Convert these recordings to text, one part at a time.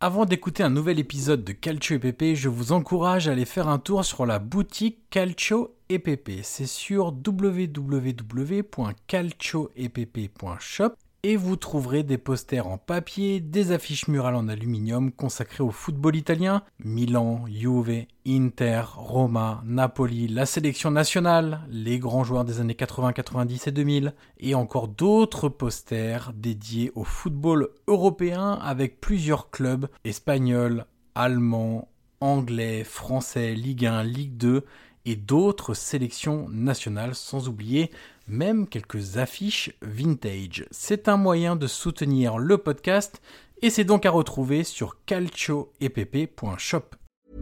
Avant d'écouter un nouvel épisode de Calcio et Pepe, je vous encourage à aller faire un tour sur la boutique Calcio et Pepe. C'est sur www.calcioepepe.shop et vous trouverez des posters en papier, des affiches murales en aluminium consacrées au football italien, Milan, Juve, Inter, Roma, Napoli, la sélection nationale, les grands joueurs des années 80, 90 et 2000, et encore d'autres posters dédiés au football européen avec plusieurs clubs espagnols, allemands, anglais, français, Ligue 1, Ligue 2 et d'autres sélections nationales, sans oublier même quelques affiches vintage. C'est un moyen de soutenir le podcast et c'est donc à retrouver sur calcioepepe.shop.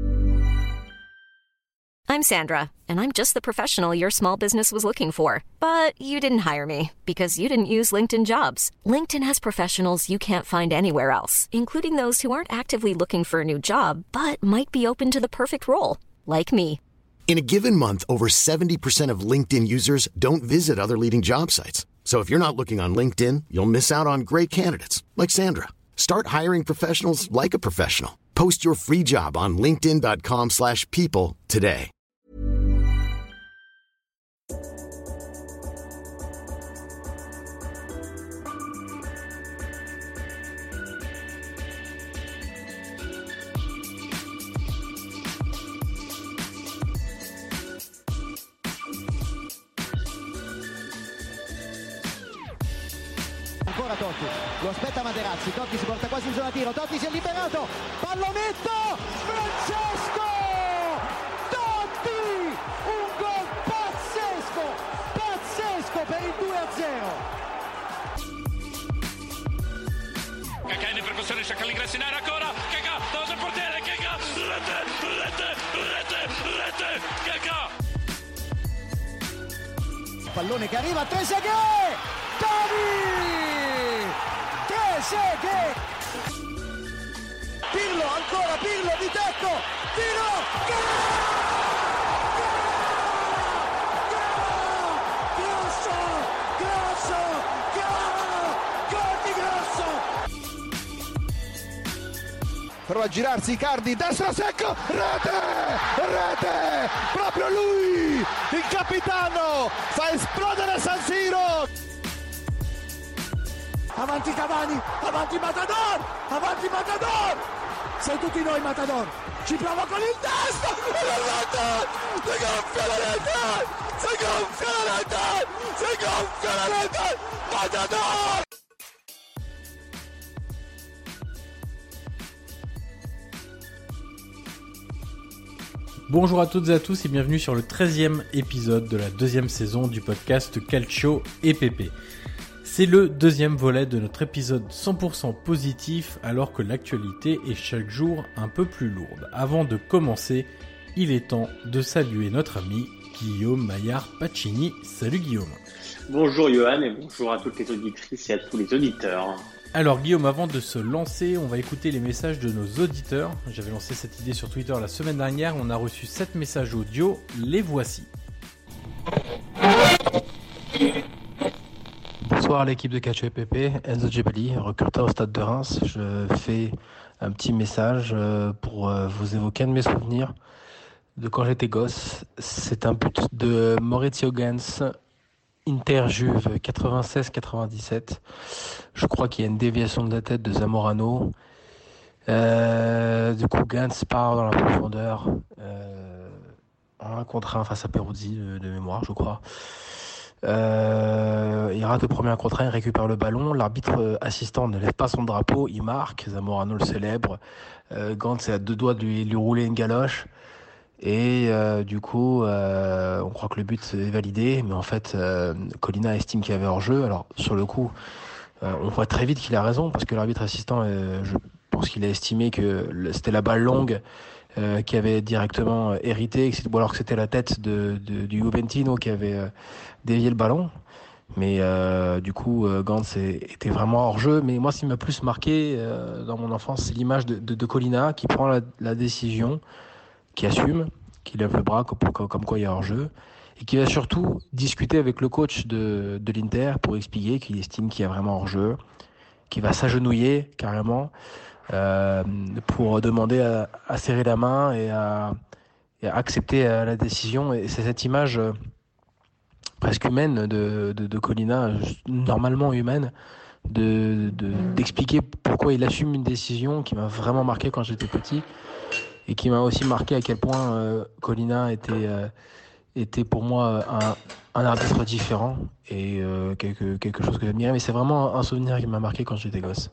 I'm Sandra, and I'm just the professional your small business was looking for. But you didn't hire me because you didn't use LinkedIn Jobs. LinkedIn has professionals you can't find anywhere else, including those who aren't actively looking for a new job, but might be open to the perfect role, like me. In a given month, over 70% of LinkedIn users don't visit other leading job sites. So if you're not looking on LinkedIn, you'll miss out on great candidates like Sandra. Start hiring professionals like a professional. Post your free job on linkedin.com/people today. Ancora Totti, lo aspetta Materazzi, Totti si porta quasi in zona tiro, Totti si è liberato, pallonetto, Francesco Totti, un gol pazzesco per il 2-0. Kakà in percussione, cerca l'ingresso in area ancora, Kakà, davanti al portiere, Kakà, rete, Kakà. Pallone che arriva, Trezeguet, Trezeguet, Pirlo, ancora Pirlo di tecco, tiro, Grosso, gol di Grosso. Prova a girarsi Icardi, destro secco, rete, proprio lui, il capitano, fa esplodere San Siro. Avanti Cavani, avanti Matador, sei tutti noi Matador, ci prova con il destro, si gonfia la rete, Matador! Bonjour à toutes et à tous et bienvenue sur le 13e épisode de la deuxième saison du podcast Calcio et Pepe. C'est le deuxième volet de notre épisode 100% positif alors que l'actualité est chaque jour un peu plus lourde. Avant de commencer, il est temps de saluer notre ami Guillaume Maillard-Pacini. Salut Guillaume. Bonjour Johan et bonjour à toutes les auditrices et à tous les auditeurs. Alors Guillaume, avant de se lancer, on va écouter les messages de nos auditeurs. J'avais lancé cette idée sur Twitter la semaine dernière, on a reçu 7 messages audio, les voici. Bonsoir l'équipe de Calcio et Pepe, Enzo Djebali, recruteur au stade de Reims. Je fais un petit message pour vous évoquer un de mes souvenirs de quand j'étais gosse. C'est un but de Maurizio Gans, Inter-Juve 96-97. Je crois qu'il y a une déviation de la tête de Zamorano. Du coup, Gans part dans la profondeur. 1 contre 1 face à Peruzzi de mémoire, je crois. Il rate le premier 1 contre 1, il récupère le ballon. L'arbitre assistant ne lève pas son drapeau, il marque. Zamorano le célèbre. Gans est à 2 doigts de lui rouler une galoche. Et du coup, on croit que le but est validé, mais en fait, Colina estime qu'il y avait hors-jeu. Alors, sur le coup, on voit très vite qu'il a raison, parce que l'arbitre assistant, je pense qu'il a estimé que c'était la balle longue qui avait directement hérité, ou alors que c'était la tête du Juventino qui avait dévié le ballon. Mais du coup, Gans était vraiment hors-jeu. Mais moi, ce qui m'a plus marqué dans mon enfance, c'est l'image de Colina qui prend la décision, qui assume, qui lève le bras comme quoi il y a hors-jeu, et qui va surtout discuter avec le coach de l'Inter pour expliquer qu'il estime qu'il y a vraiment hors-jeu, qui va s'agenouiller carrément pour demander à serrer la main et à accepter la décision. Et c'est cette image presque humaine de Colina, normalement humaine, d'expliquer pourquoi il assume une décision qui m'a vraiment marqué quand j'étais petit et qui m'a aussi marqué à quel point Colina était pour moi un arbitre différent et quelque chose que j'admirais. Mais c'est vraiment un souvenir qui m'a marqué quand j'étais gosse.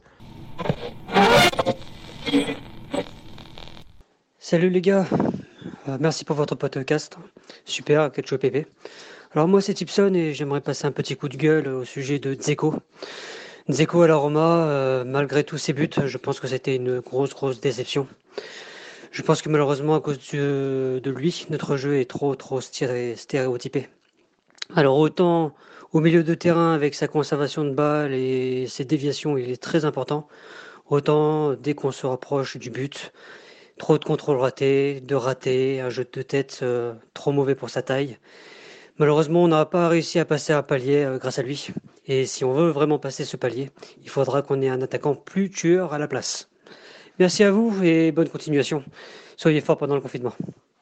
Salut les gars, merci pour votre podcast, super, Ketchup Pépé. Alors moi c'est Tipson et j'aimerais passer un petit coup de gueule au sujet de Dzeko. Dzeko à la Roma, malgré tous ses buts, je pense que c'était une grosse déception. Je pense que malheureusement à cause de lui, notre jeu est trop stéréotypé. Alors autant au milieu de terrain avec sa conservation de balles et ses déviations il est très important, autant dès qu'on se rapproche du but, trop de contrôles ratés, un jeu de tête trop mauvais pour sa taille. Malheureusement, on n'a pas réussi à passer un palier grâce à lui. Et si on veut vraiment passer ce palier, il faudra qu'on ait un attaquant plus tueur à la place. Merci à vous et bonne continuation. Soyez forts pendant le confinement.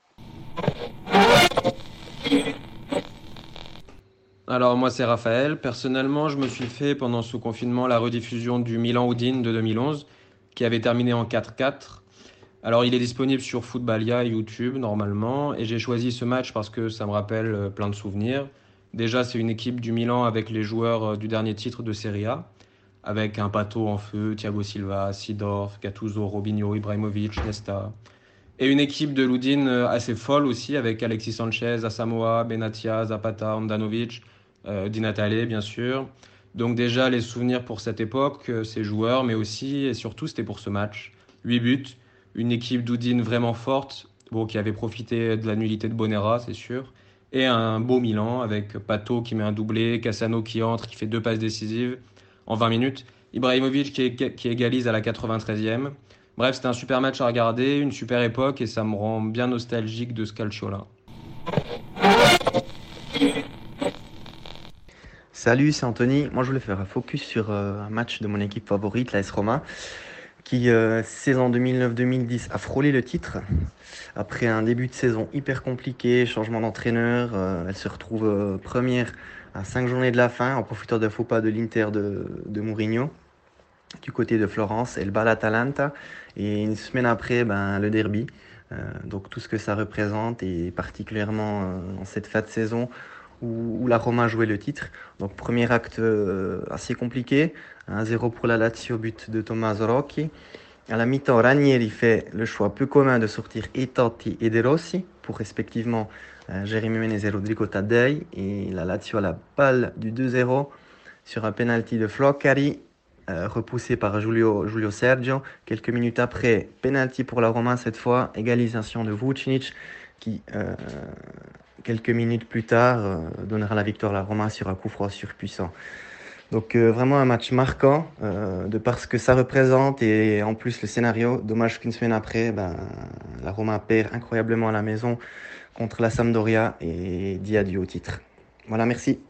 Alors moi c'est Raphaël. Personnellement, je me suis fait pendant ce confinement la rediffusion du Milan-Udine de 2011 qui avait terminé en 4-4. Alors il est disponible sur Footballia et YouTube normalement et j'ai choisi ce match parce que ça me rappelle plein de souvenirs. Déjà c'est une équipe du Milan avec les joueurs du dernier titre de Serie A avec un Pato en feu, Thiago Silva, Seedorf, Gattuso, Robinho, Ibrahimovic, Nesta. Et une équipe de l'Udine assez folle aussi avec Alexis Sanchez, Asamoah, Benatia, Zapata, Handanovic, Di Natale bien sûr. Donc déjà les souvenirs pour cette époque, ces joueurs mais aussi et surtout c'était pour ce match. 8 buts. Une équipe d'Udine vraiment forte, qui avait profité de la nullité de Bonera, c'est sûr. Et un beau Milan avec Pato qui met un doublé, Cassano qui entre, qui fait 2 passes décisives en 20 minutes. Ibrahimovic qui égalise à la 93e. Bref, c'était un super match à regarder, une super époque et ça me rend bien nostalgique de ce calcio-là. Salut, c'est Anthony. Moi, je voulais faire un focus sur un match de mon équipe favorite, l'AS Roma, qui, saison 2009-2010, a frôlé le titre. Après un début de saison hyper compliqué, changement d'entraîneur, elle se retrouve première à 5 journées de la fin, en profitant d'un faux pas de l'Inter de Mourinho, du côté de Florence. Elle bat l'Atalanta, et une semaine après, le derby. Donc tout ce que ça représente, et particulièrement en cette fin de saison, où la Roma jouait le titre. Donc premier acte assez compliqué, 1-0 pour la Lazio, but de Tommaso Rocchi. À la mi-temps, Ranieri fait le choix peu commun de sortir Totti et De Rossi pour respectivement Jérémy Menez et Rodrigo Taddei. Et la Lazio a la balle du 2-0 sur un penalty de Floccari, repoussé par Giulio Sergio. Quelques minutes après, penalty pour la Roma cette fois, égalisation de Vucinic qui... quelques minutes plus tard, donnera la victoire à la Roma sur un coup franc surpuissant. Donc vraiment un match marquant de par ce que ça représente et en plus le scénario. Dommage qu'une semaine après, la Roma perd incroyablement à la maison contre la Sampdoria et dit adieu au titre. Voilà, merci.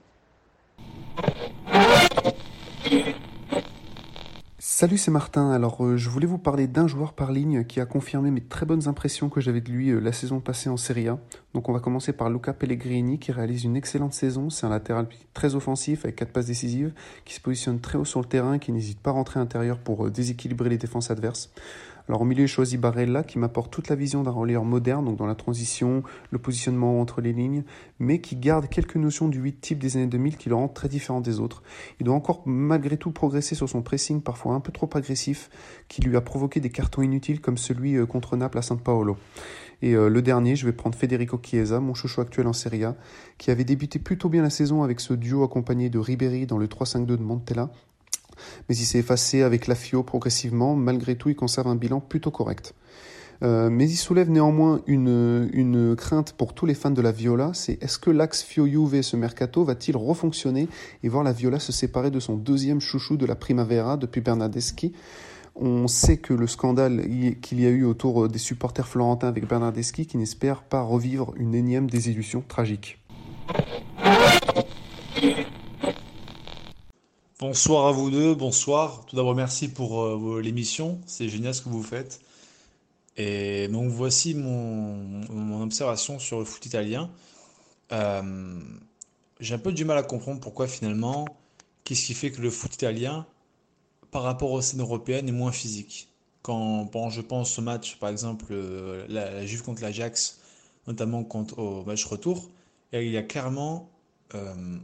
Salut, c'est Martin. Alors, je voulais vous parler d'un joueur par ligne qui a confirmé mes très bonnes impressions que j'avais de lui la saison passée en Serie A. Donc, on va commencer par Luca Pellegrini qui réalise une excellente saison. C'est un latéral très offensif avec 4 passes décisives, qui se positionne très haut sur le terrain et qui n'hésite pas à rentrer à l'intérieur pour déséquilibrer les défenses adverses. Alors, au milieu, je choisis Barella qui m'apporte toute la vision d'un relayeur moderne, donc dans la transition, le positionnement entre les lignes, mais qui garde quelques notions du 8 type des années 2000 qui le rendent très différent des autres. Il doit encore malgré tout progresser sur son pressing, parfois un peu trop agressif, qui lui a provoqué des cartons inutiles comme celui contre Naples à San Paolo. Et le dernier, je vais prendre Federico Chiesa, mon chouchou actuel en Serie A, qui avait débuté plutôt bien la saison avec ce duo accompagné de Ribéry dans le 3-5-2 de Montella. Mais il s'est effacé avec la Fio progressivement. Malgré tout, il conserve un bilan plutôt correct. Mais il soulève néanmoins une crainte pour tous les fans de la Viola, c'est est-ce que l'axe Fio-Juve ce mercato va-t-il refonctionner et voir la Viola se séparer de son deuxième chouchou de la Primavera depuis Bernardeschi. On sait que le scandale qu'il y a eu autour des supporters florentins avec Bernardeschi qui n'espèrent pas revivre une énième désillusion tragique. Bonsoir à vous deux, bonsoir. Tout d'abord, merci pour l'émission, c'est génial ce que vous faites. Et donc, voici mon observation sur le foot italien. Euh, j'ai un peu du mal à comprendre pourquoi finalement, qu'est-ce qui fait que le foot italien, par rapport aux scènes européennes, est moins physique. Quand je pense au match, par exemple, la Juve contre l'Ajax, notamment au match retour, et il y a clairement euh,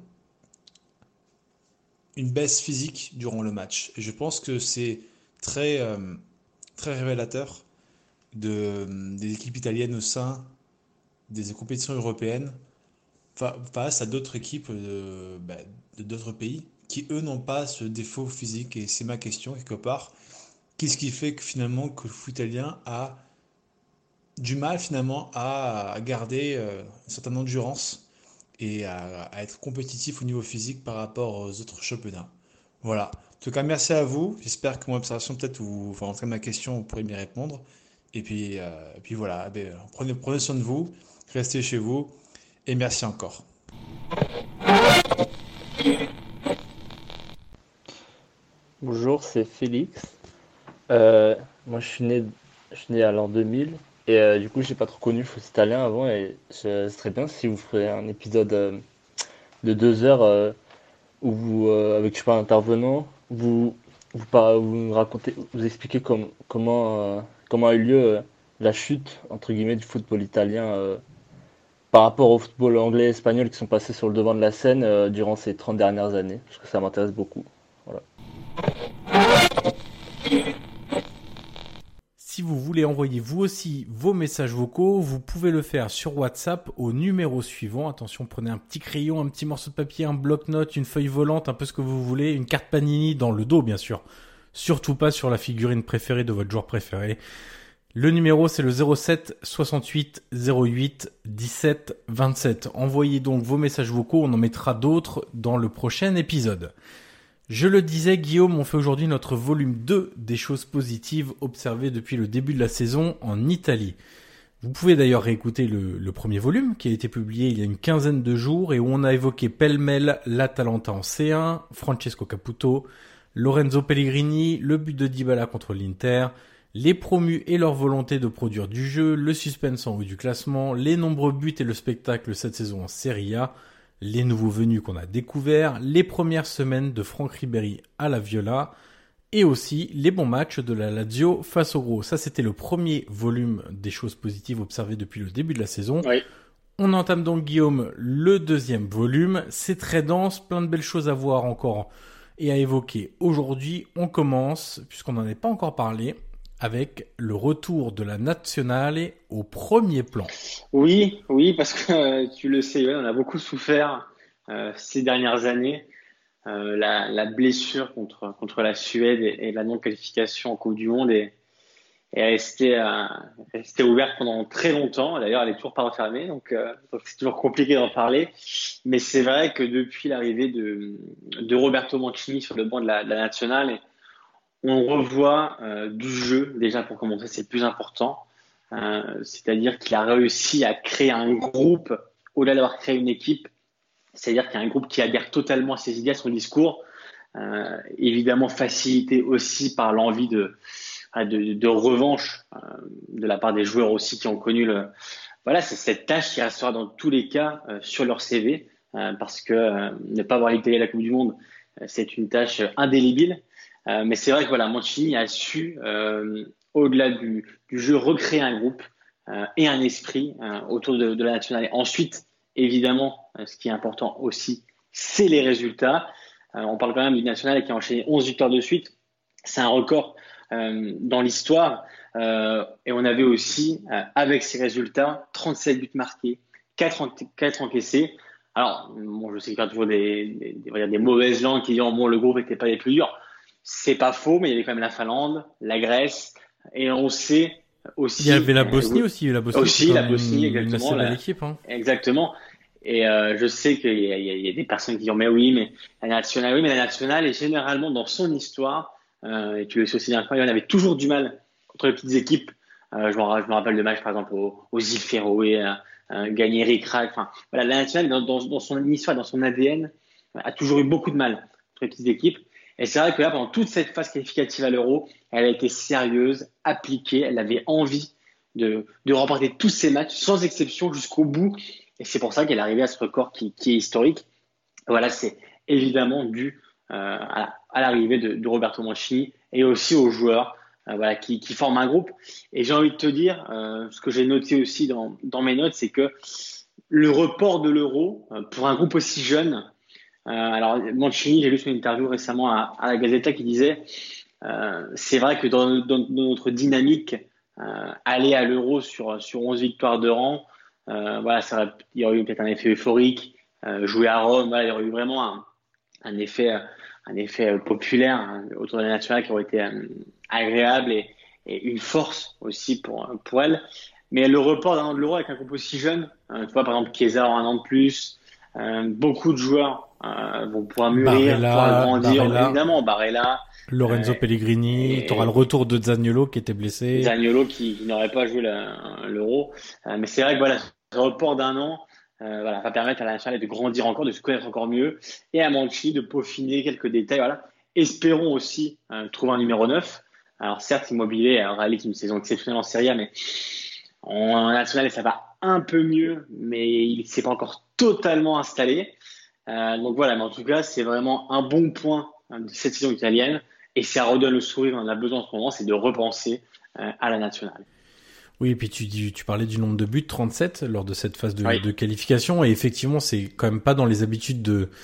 une baisse physique durant le match. Et je pense que c'est très, très révélateur des équipes italiennes au sein des compétitions européennes face à d'autres équipes de d'autres pays qui, eux, n'ont pas ce défaut physique. Et c'est ma question, quelque part. Qu'est-ce qui fait que finalement que le foot italien a du mal finalement à garder une certaine endurance et à être compétitif au niveau physique par rapport aux autres championnats. Voilà. En tout cas, merci à vous. J'espère que mon observation, peut-être, enfin, en tout cas, ma question, vous pourrez m'y répondre. Et puis voilà. Prenez soin de vous, restez chez vous, et merci encore. Bonjour, c'est Félix. Moi, je suis né à l'an 2000 et du coup, j'ai pas trop connu le foot italien avant et ce serait bien si vous ferez un épisode de 2 heures où avec je sais pas, un intervenant, vous nous racontez, vous expliquez comment a eu lieu la chute entre guillemets du football italien par rapport au football anglais et espagnol qui sont passés sur le devant de la scène durant ces 30 dernières années, parce que ça m'intéresse beaucoup. Voilà. Si vous voulez envoyer vous aussi vos messages vocaux, vous pouvez le faire sur WhatsApp au numéro suivant. Attention, prenez un petit crayon, un petit morceau de papier, un bloc-notes, une feuille volante, un peu ce que vous voulez, une carte Panini dans le dos bien sûr. Surtout pas sur la figurine préférée de votre joueur préféré. Le numéro c'est le 07 68 08 17 27. Envoyez donc vos messages vocaux, on en mettra d'autres dans le prochain épisode. Je le disais, Guillaume, on fait aujourd'hui notre volume 2 des choses positives observées depuis le début de la saison en Italie. Vous pouvez d'ailleurs réécouter le premier volume qui a été publié il y a une quinzaine de jours et où on a évoqué pêle-mêle l'Atalanta en C1, Francesco Caputo, Lorenzo Pellegrini, le but de Dybala contre l'Inter, les promus et leur volonté de produire du jeu, le suspense en haut du classement, les nombreux buts et le spectacle cette saison en Serie A, les nouveaux venus qu'on a découverts, les premières semaines de Franck Ribéry à la Viola, et aussi les bons matchs de la Lazio face au Gros. Ça, c'était le premier volume des choses positives observées depuis le début de la saison. Oui. On entame donc, Guillaume, le deuxième volume. C'est très dense, plein de belles choses à voir encore et à évoquer. Aujourd'hui, on commence, puisqu'on n'en a pas encore parlé, avec le retour de la Nazionale au premier plan. Oui, parce que tu le sais, on a beaucoup souffert ces dernières années. La blessure contre la Suède et la non-qualification en Coupe du Monde est restée ouverte pendant très longtemps. D'ailleurs, elle est toujours pas refermée, donc c'est toujours compliqué d'en parler. Mais c'est vrai que depuis l'arrivée de Roberto Mancini sur le banc de la Nazionale, on revoit du jeu. Déjà, pour commencer, c'est le plus important. C'est-à-dire qu'il a réussi à créer un groupe au-delà d'avoir créé une équipe. C'est-à-dire qu'il y a un groupe qui adhère totalement à ses idées, à son discours. Évidemment facilité aussi par l'envie de revanche de la part des joueurs aussi qui ont connu Voilà, c'est cette tâche qui restera dans tous les cas sur leur CV parce que ne pas avoir l'Italie à la Coupe du Monde, c'est une tâche indélébile. Mais c'est vrai que voilà, Mancini a su, au-delà du jeu, recréer un groupe et un esprit autour de la nationale. Et ensuite, évidemment, ce qui est important aussi, c'est les résultats. On parle quand même d'une nationale qui a enchaîné 11 victoires de suite. C'est un record dans l'histoire. Et on avait aussi, avec ces résultats, 37 buts marqués, 4 encaissés. Alors, bon, je sais qu'il y a toujours des mauvaises langues qui disent bon, le groupe n'était pas les plus durs. C'est pas faux, mais il y avait quand même la Finlande, la Grèce, et on sait aussi. Il y avait la Bosnie aussi, la Bosnie, exactement. Une assez belle équipe, hein. Exactement. Et je sais qu'il y a des personnes qui disent mais la nationale est généralement dans son histoire, et tu le sais aussi bien que moi, il y en avait toujours du mal contre les petites équipes. Je me rappelle de matchs par exemple aux îles Féroé, gagner ric-rac. Enfin, voilà, la nationale dans son histoire, dans son ADN, a toujours eu beaucoup de mal les petites équipes. Et c'est vrai que là, pendant toute cette phase qualificative à l'Euro, elle a été sérieuse, appliquée, elle avait envie de remporter tous ses matchs sans exception jusqu'au bout. Et c'est pour ça qu'elle est arrivée à ce record qui est historique. Voilà, c'est évidemment dû à l'arrivée de Roberto Mancini et aussi aux joueurs voilà, qui forment un groupe. Et j'ai envie de te dire, ce que j'ai noté aussi dans mes notes, c'est que le report de l'Euro, pour un groupe aussi jeune, alors Mancini, j'ai lu son interview récemment à la Gazzetta qui disait c'est vrai que dans notre dynamique, aller à l'Euro sur 11 victoires de rang, voilà, il y aurait eu peut-être un effet euphorique, jouer à Rome, voilà, il y aurait eu vraiment un effet populaire autour de la nationale qui aurait été agréable et une force aussi pour elle. Mais le report d'un an de l'Euro avec un groupe aussi jeune, tu vois, par exemple, Chiesa en un an de plus, beaucoup de joueurs vont pouvoir mûrir, pouvoir grandir. Évidemment, Barella, Lorenzo Pellegrini, tu auras le retour de Zaniolo qui était blessé. Zaniolo qui n'aurait pas joué l'Euro. Mais c'est vrai que voilà, ce report d'un an voilà, va permettre à la nationale de grandir encore, de se connaître encore mieux, et à Mancini de peaufiner quelques détails. Voilà. Espérons aussi trouver un numéro 9. Alors certes, Immobilier réalise une saison exceptionnelle en Serie A, mais en national, ça va un peu mieux, mais il ne s'est pas encore totalement installé. Donc voilà, mais en tout cas, c'est vraiment un bon point de cette saison italienne, et ça redonne le sourire, on en a besoin en ce moment, c'est de repenser à la nationale. Oui, et puis tu parlais du nombre de buts, 37 lors de cette phase de qualification, et effectivement, c'est quand même pas dans les habitudes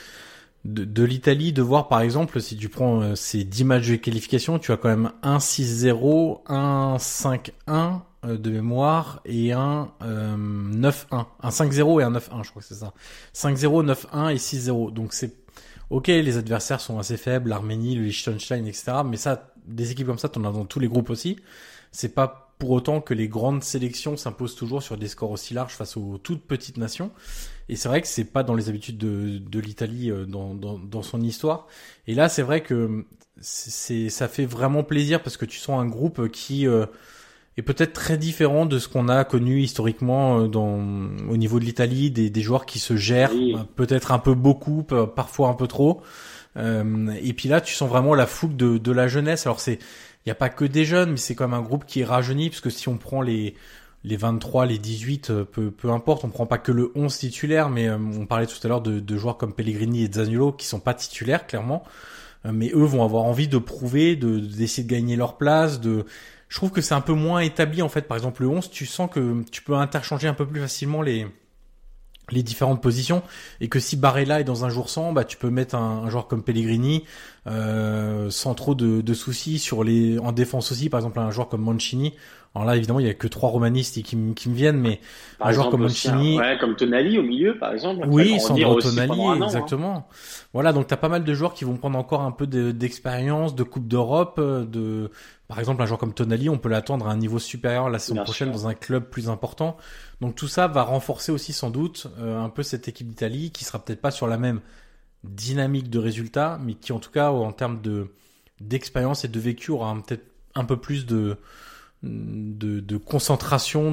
de l'Italie de voir, par exemple, si tu prends ces 10 matchs de qualification, tu as quand même un 6-0, un 5-1 de mémoire et un 9-1. Un 5-0 et un 9-1, je crois que c'est ça. 5-0, 9-1 et 6-0. Donc c'est ok, les adversaires sont assez faibles, l'Arménie, le Liechtenstein, etc. Mais ça, des équipes comme ça, t'en as dans tous les groupes aussi. C'est pas pour autant que les grandes sélections s'imposent toujours sur des scores aussi larges face aux toutes petites nations. Et c'est vrai que c'est pas dans les habitudes de l'Italie dans son histoire. Et là, c'est vrai que ça fait vraiment plaisir parce que tu sens un groupe qui est peut-être très différent de ce qu'on a connu historiquement au niveau de l'Italie, des joueurs qui se gèrent, peut-être un peu beaucoup, parfois un peu trop. Et puis là, tu sens vraiment la fougue de la jeunesse. Alors il y a pas que des jeunes, mais c'est quand même un groupe qui est rajeuni, parce que si on prend les 23, les 18, peu importe, on prend pas que le 11 titulaire, mais on parlait tout à l'heure de joueurs comme Pellegrini et Zaniolo qui sont pas titulaires, clairement. Mais eux vont avoir envie de prouver, d'essayer de gagner leur place, je trouve que c'est un peu moins établi, en fait. Par exemple, le 11, tu sens que tu peux interchanger un peu plus facilement les différentes positions, et que si Barella est dans un jour sans, bah tu peux mettre un joueur comme Pellegrini sans trop de soucis en défense aussi. Par exemple, un joueur comme Mancini. Alors là, évidemment, il y a que 3 romanistes qui me viennent, mais un joueur comme Mancini, comme Tonali au milieu, par exemple. Oui, Sandro Tonali, exactement. Voilà, donc t'as pas mal de joueurs qui vont prendre encore un peu d'expérience, de Coupe d'Europe, par exemple, un joueur comme Tonali, on peut l'attendre à un niveau supérieur la saison prochaine dans un club plus important. Donc tout ça va renforcer aussi sans doute un peu cette équipe d'Italie qui sera peut-être pas sur la même dynamique de résultats, mais qui en tout cas en termes d'expérience et de vécu aura peut-être un peu plus de concentration,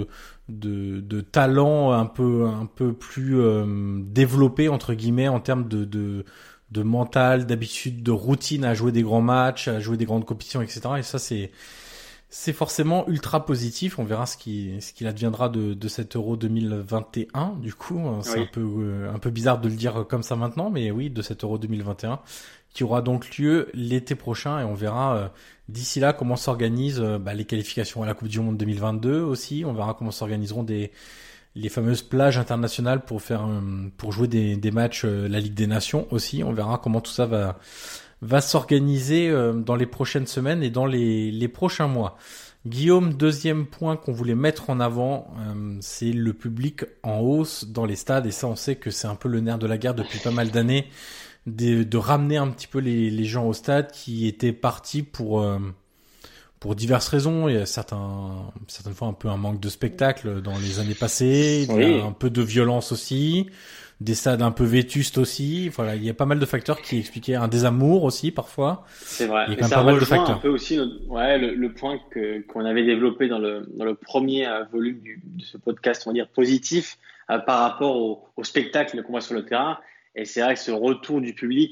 de talent un peu plus développé entre guillemets en termes de mental, d'habitude, de routine à jouer des grands matchs, à jouer des grandes compétitions, etc. Et ça, c'est forcément ultra positif. On verra ce qu'il adviendra de cet Euro 2021. Du coup, c'est un peu bizarre de le dire comme ça maintenant, mais oui, de cet Euro 2021 qui aura donc lieu l'été prochain, et on verra d'ici là comment s'organisent les qualifications à la Coupe du Monde 2022 aussi. On verra comment s'organiseront les fameuses plages internationales pour jouer des matchs la Ligue des Nations aussi. On verra comment tout ça va s'organiser dans les prochaines semaines et dans les prochains mois. Guillaume, deuxième point qu'on voulait mettre en avant, c'est le public en hausse dans les stades, et ça on sait que c'est un peu le nerf de la guerre depuis pas mal d'années, de ramener un petit peu les gens au stade qui étaient partis pour diverses raisons. Il y a certaines fois un peu un manque de spectacle dans les années passées, il y a un peu de violence aussi, des stades un peu vétustes aussi. Voilà, il y a pas mal de facteurs qui expliquaient un désamour aussi parfois. C'est vrai. Il y a quand même pas mal de facteurs. Un peu aussi le point qu'on avait développé dans le premier volume de ce podcast, on va dire positif, par rapport au spectacle qu'on voit sur le terrain. Et c'est vrai que ce retour du public,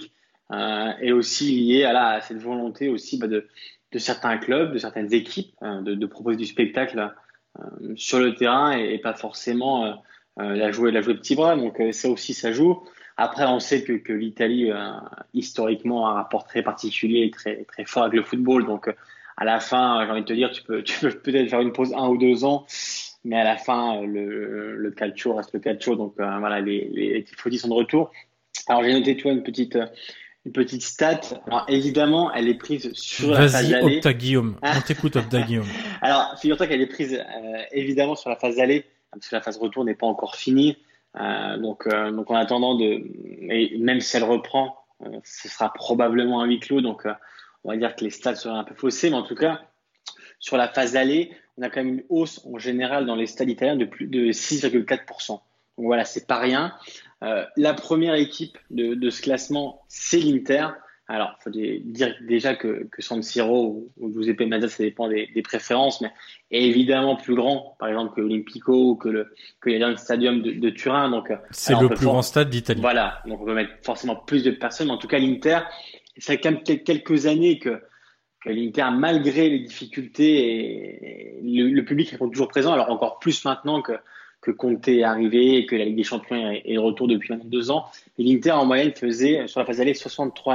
est aussi liée à cette volonté aussi de certains clubs, de certaines équipes, de proposer du spectacle sur le terrain et pas forcément la jouer petit bras. Donc ça aussi, ça joue. Après, on sait que l'Italie, historiquement, a un rapport très particulier et très, très fort avec le football. Donc, à la fin, j'ai envie de te dire, tu peux peut-être faire une pause 1 ou 2 ans, mais à la fin, le calcio reste le calcio. Donc, voilà, les tifosi sont de retour. Alors, j'ai noté, tu vois, une petite stat. Alors, évidemment, elle est prise sur la phase allée. Vas-y, Opta Guillaume. On t'écoute, Opta Guillaume. Alors, figure-toi qu'elle est prise, évidemment, sur la phase allée, parce que la phase retour n'est pas encore finie. Donc en attendant et même si elle reprend, ce sera probablement un huis clos. Donc on va dire que les stats seraient un peu faussés, mais en tout cas sur la phase allée, on a quand même une hausse en général dans les stades italiens de plus de 6,4%. Donc voilà, c'est pas rien. La première équipe de ce classement, c'est l'Inter. Alors, il faut dire déjà que San Siro ou Giuseppe Meazza, ça dépend des préférences, mais est évidemment plus grand, par exemple, que l'Olimpico ou que le Stadium de Turin. Donc, c'est le plus grand stade d'Italie. Voilà, donc on peut mettre forcément plus de personnes, mais en tout cas, l'Inter, ça fait quand même quelques années que l'Inter, malgré les difficultés, et le public répond toujours présent, alors encore plus maintenant que Conte est arrivé et que la Ligue des Champions est de retour depuis maintenant 2 ans. Et l'Inter, en moyenne, faisait sur la phase allée 63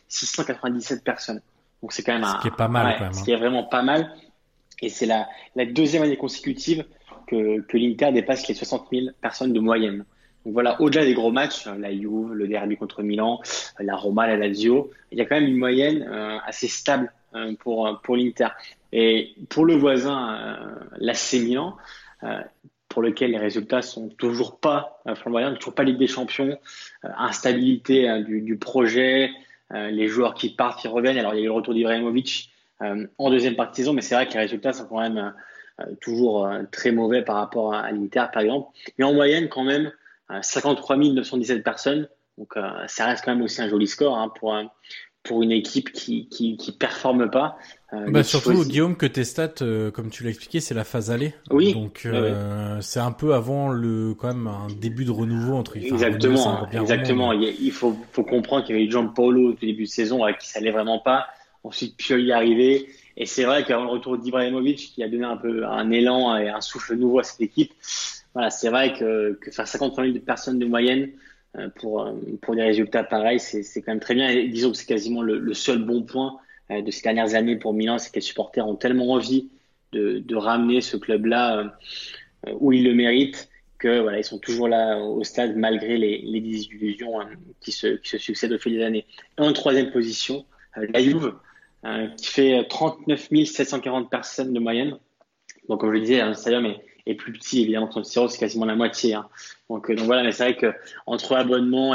697 personnes. Donc c'est quand même ce qui est pas mal, quand même. Ce qui est vraiment pas mal. Et c'est la deuxième année consécutive que l'Inter dépasse les 60 000 personnes de moyenne. Donc voilà, au-delà des gros matchs, la Juve, le derby contre Milan, la Roma, la Lazio, il y a quand même une moyenne assez stable pour l'Inter. Et pour le voisin, l'AC Milan, pour lequel les résultats sont toujours pas flamboyants, toujours pas Ligue des Champions, instabilité du projet, les joueurs qui partent, qui reviennent. Alors il y a eu le retour d'Ibrahimovic en deuxième partie de saison, mais c'est vrai que les résultats sont quand même toujours très mauvais par rapport à l'Inter par exemple. Mais en moyenne quand même 53 917 personnes, donc ça reste quand même aussi un joli score pour une équipe qui performe pas. Surtout, Guillaume, que tes stats, comme tu l'as expliqué, c'est la phase allée. Oui. Donc, c'est un peu avant quand même un début de renouveau entre Exactement. Il faut comprendre qu'il y avait eu Gianpaolo au début de saison, avec qui ça allait vraiment pas. Ensuite, Pioli est arrivé. Et c'est vrai qu'avant le retour d'Ibrahimovic, qui a donné un peu un élan et un souffle nouveau à cette équipe, voilà, c'est vrai que faire 53 000 personnes de moyenne, pour des résultats pareils, c'est quand même très bien. Et disons que c'est quasiment le seul bon point de ces dernières années pour Milan, c'est que les supporters ont tellement envie de ramener ce club-là où ils le méritent, que voilà, ils sont toujours là au stade malgré les désillusions qui se succèdent au fil des années. Et en troisième position, la Juve, qui fait 39 740 personnes de moyenne. Donc comme je le disais, un stadium est plus petit, évidemment, San Siro, c'est quasiment la moitié. Donc voilà, mais c'est vrai que entre abonnement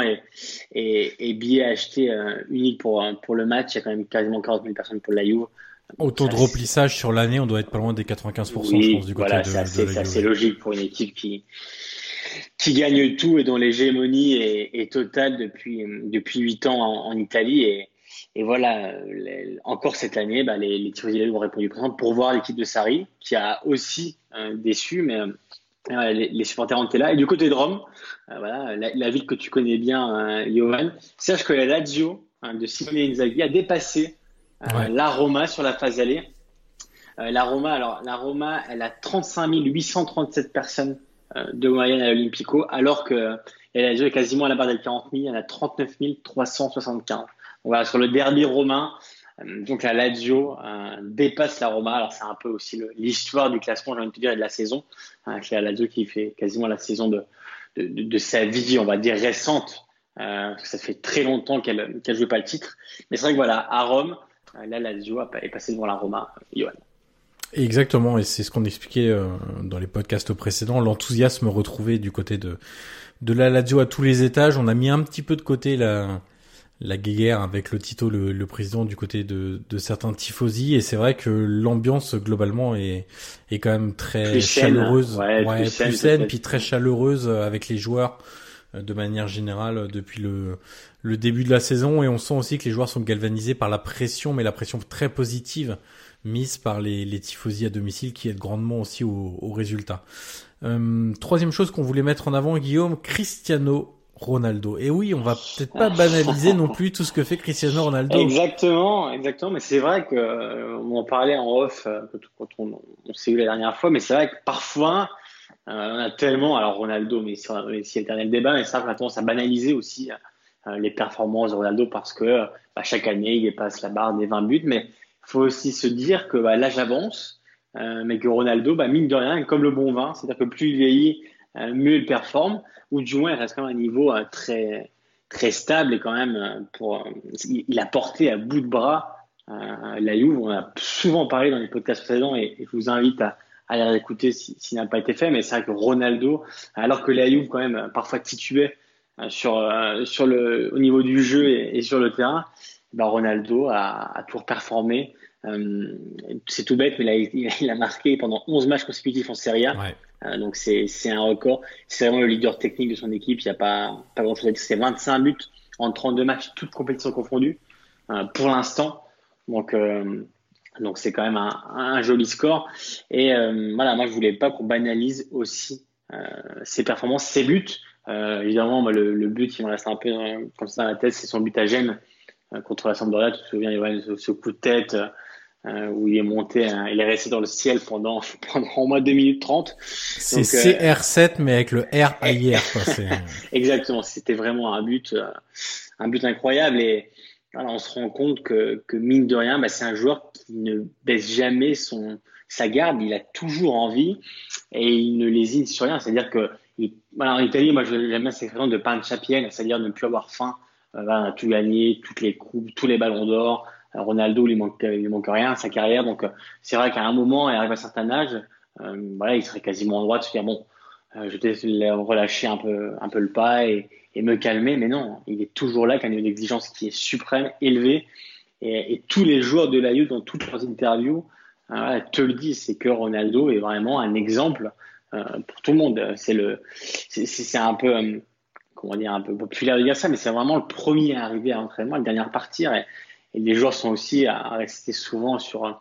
et billets achetés uniques pour le match, il y a quand même quasiment 40 000 personnes pour la Juve. Au taux de remplissage sur l'année, on doit être pas loin des 95%, oui, je pense, du côté de la Juve. C'est assez logique pour une équipe qui gagne tout et dont l'hégémonie est totale depuis 8 ans en Italie. Et voilà, encore cette année, les tifosi ont répondu présent pour voir l'équipe de Sarri, qui a aussi déçu, mais les supporters ont été là. Et du côté de Rome, voilà, la ville que tu connais bien, Johan, sache que la Lazio de Simone Inzaghi a dépassé la Roma sur la phase allée. La Roma, elle a 35 837 personnes de moyenne à l'Olimpico, alors que la Lazio est quasiment à la barre des 40 000, elle a 39 375. Voilà, sur le derby romain, donc la Lazio dépasse la Roma. Alors c'est un peu aussi l'histoire du classement, j'ai envie de te dire, et de la saison. Avec la Lazio qui fait quasiment la saison de sa vie, on va dire, récente. Parce que ça fait très longtemps qu'elle joue pas le titre. Mais c'est vrai que voilà, à Rome, la Lazio est passée devant la Roma, Johan. Exactement, et c'est ce qu'on expliquait dans les podcasts précédents, l'enthousiasme retrouvé du côté de la Lazio à tous les étages. On a mis un petit peu de côté la guéguerre avec le Tito, le président, du côté de certains tifosi, et c'est vrai que l'ambiance globalement est quand même très plus chaleureuse, plus saine, puis très chaleureuse avec les joueurs de manière générale depuis le début de la saison, et on sent aussi que les joueurs sont galvanisés par la pression, mais la pression très positive mise par les tifosi à domicile, qui aident grandement aussi au résultat. Troisième chose qu'on voulait mettre en avant, Guillaume, Cristiano Ronaldo. Et oui, on va peut-être pas banaliser non plus tout ce que fait Cristiano Ronaldo. Exactement. Mais c'est vrai que on en parlait en off quand on s'est eu la dernière fois. Mais c'est vrai que parfois on a tellement, alors Ronaldo, mais c'est l'éternel débat. Mais ça, on a tendance à banaliser aussi les performances de Ronaldo parce que chaque année il dépasse la barre des 20 buts. Mais il faut aussi se dire que l'âge avance, mais que Ronaldo, mine de rien, est comme le bon vin, c'est-à-dire que plus il vieillit, mieux il performe, ou du moins il reste quand même à un niveau très très stable et quand même il a porté à bout de bras la Juve. On a souvent parlé dans les podcasts précédents et je vous invite à les réécouter s'il n'a pas été fait. Mais c'est vrai que Ronaldo, alors que la Juve quand même parfois tituait au niveau du jeu et sur le terrain, Ronaldo a toujours performé. C'est tout bête, mais il a marqué pendant 11 matchs consécutifs en Serie A. Ouais. Donc c'est un record. C'est vraiment le leader technique de son équipe. Il n'y a pas grand-chose à dire. C'est 25 buts en 32 matchs, toutes compétitions confondues, pour l'instant. Donc c'est quand même un joli score. Et moi je voulais pas qu'on banalise aussi ses performances, ses buts. Évidemment, le but qui me reste un peu comme ça dans la tête, c'est son but à Gênes contre la Sampdoria. Tu te souviens, il y avait ce coup de tête où il est monté, il est resté dans le ciel pendant au moins 2 minutes 30. C'est donc, CR7 mais avec le R ailleurs. Exactement, c'était vraiment un but incroyable. Et voilà, on se rend compte que mine de rien, c'est un joueur qui ne baisse jamais sa garde. Il a toujours envie et il ne lésine sur rien. C'est-à-dire que en Italie, moi j'aime bien cette expression de pancia piena, c'est-à-dire ne plus avoir faim. Tout gagné, toutes les coupes, tous les ballons d'or. Ronaldo, il manque rien à sa carrière. Donc, c'est vrai qu'à un moment, il arrive à un certain âge, il serait quasiment en droit de se dire je vais peut-être relâcher un peu le pas et me calmer. Mais non, il est toujours là, avec un niveau d'exigence qui est suprême, élevé. Et tous les joueurs de la Juve, dans toutes leurs interviews, te le disent, c'est que Ronaldo est vraiment un exemple pour tout le monde. C'est un peu un peu populaire de dire ça, mais c'est vraiment le premier à arriver à l'entraînement, le dernier à partir, et les joueurs sont aussi à rester souvent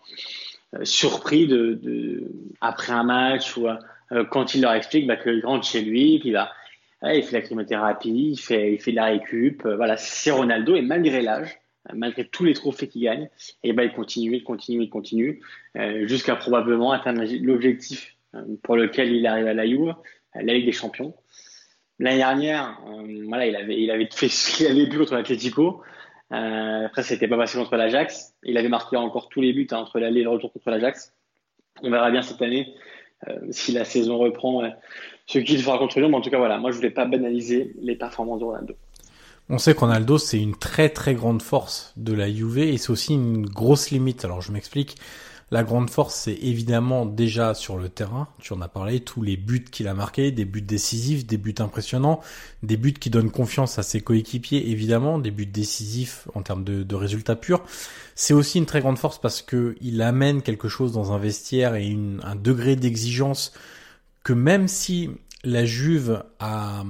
surpris après un match ou quand il leur explique qu'il rentre chez lui, puis il fait la cryothérapie, il fait de la récup, c'est Ronaldo, et malgré l'âge, malgré tous les trophées qu'il gagne, il continue jusqu'à probablement atteindre l'objectif pour lequel il arrive à la Juve, la Ligue des Champions. L'année dernière, il avait fait ce qu'il avait pu contre l'Atlético. Après, c'était pas passé contre l'Ajax. Il avait marqué encore tous les buts entre l'aller et le retour contre l'Ajax. On verra bien cette année si la saison reprend ce qu'il fera contre Lyon. Mais en tout cas, moi, je voulais pas banaliser les performances de Ronaldo. On sait que Ronaldo, c'est une très très grande force de la Juve et c'est aussi une grosse limite. Alors, je m'explique. La grande force, c'est évidemment déjà sur le terrain. Tu en as parlé, tous les buts qu'il a marqués, des buts décisifs, des buts impressionnants, des buts qui donnent confiance à ses coéquipiers, évidemment, des buts décisifs en termes de résultats purs. C'est aussi une très grande force parce que il amène quelque chose dans un vestiaire et un degré d'exigence que même si la Juve a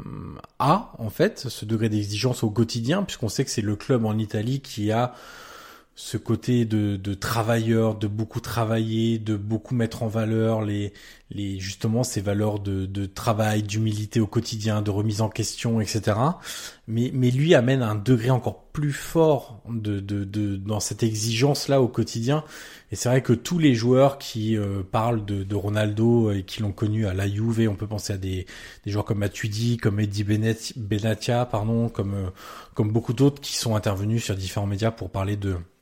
en fait ce degré d'exigence au quotidien, puisqu'on sait que c'est le club en Italie qui a ce côté de travailleur, de beaucoup travailler, de beaucoup mettre en valeur justement ces valeurs de travail, d'humilité au quotidien, de remise en question, etc. Mais lui amène un degré encore plus fort dans cette exigence-là au quotidien. Et c'est vrai que tous les joueurs qui parlent de Ronaldo et qui l'ont connu à la Juve, on peut penser à des joueurs comme Matuidi, comme Eddie Benatia, comme beaucoup d'autres qui sont intervenus sur différents médias pour parler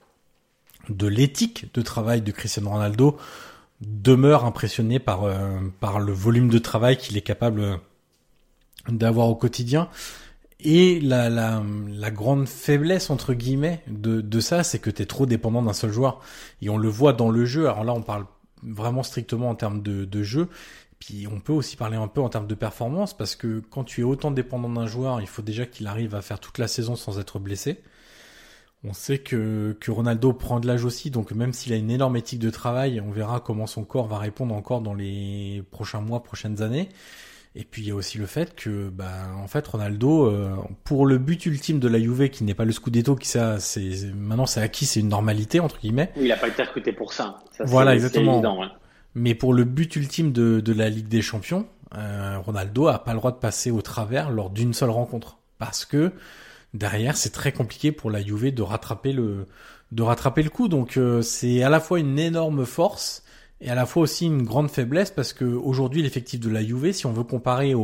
de l'éthique de travail de Cristiano Ronaldo, demeure impressionné par le volume de travail qu'il est capable d'avoir au quotidien. Et la grande faiblesse entre guillemets de ça, c'est que t'es trop dépendant d'un seul joueur. Et on le voit dans le jeu. Alors là, on parle vraiment strictement en termes de jeu. Puis on peut aussi parler un peu en termes de performance, parce que quand tu es autant dépendant d'un joueur, il faut déjà qu'il arrive à faire toute la saison sans être blessé. On sait que Ronaldo prend de l'âge aussi, donc même s'il a une énorme éthique de travail, on verra comment son corps va répondre encore dans les prochains mois, prochaines années. Et puis il y a aussi le fait que, en fait, Ronaldo, pour le but ultime de la Juve, qui n'est pas le Scudetto, maintenant c'est acquis, c'est une normalité entre guillemets. Il n'a pas été recruté pour ça. Voilà, exactement. C'est évident, ouais. Mais pour le but ultime de la Ligue des Champions, Ronaldo a pas le droit de passer au travers lors d'une seule rencontre. Parce que derrière, c'est très compliqué pour la Juve de rattraper le coup. Donc c'est à la fois une énorme force et à la fois aussi une grande faiblesse, parce que aujourd'hui l'effectif de la Juve, si on veut comparer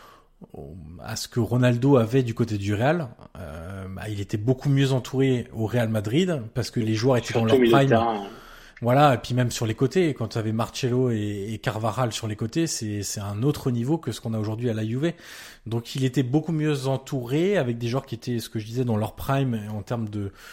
à ce que Ronaldo avait du côté du Real, il était beaucoup mieux entouré au Real Madrid, parce que les joueurs étaient dans leur prime. Voilà, et puis même sur les côtés, quand tu avais Marcelo et Carvajal sur les côtés, c'est un autre niveau que ce qu'on a aujourd'hui à la Juve. Donc il était beaucoup mieux entouré, avec des joueurs qui étaient, ce que je disais, dans leur prime en termes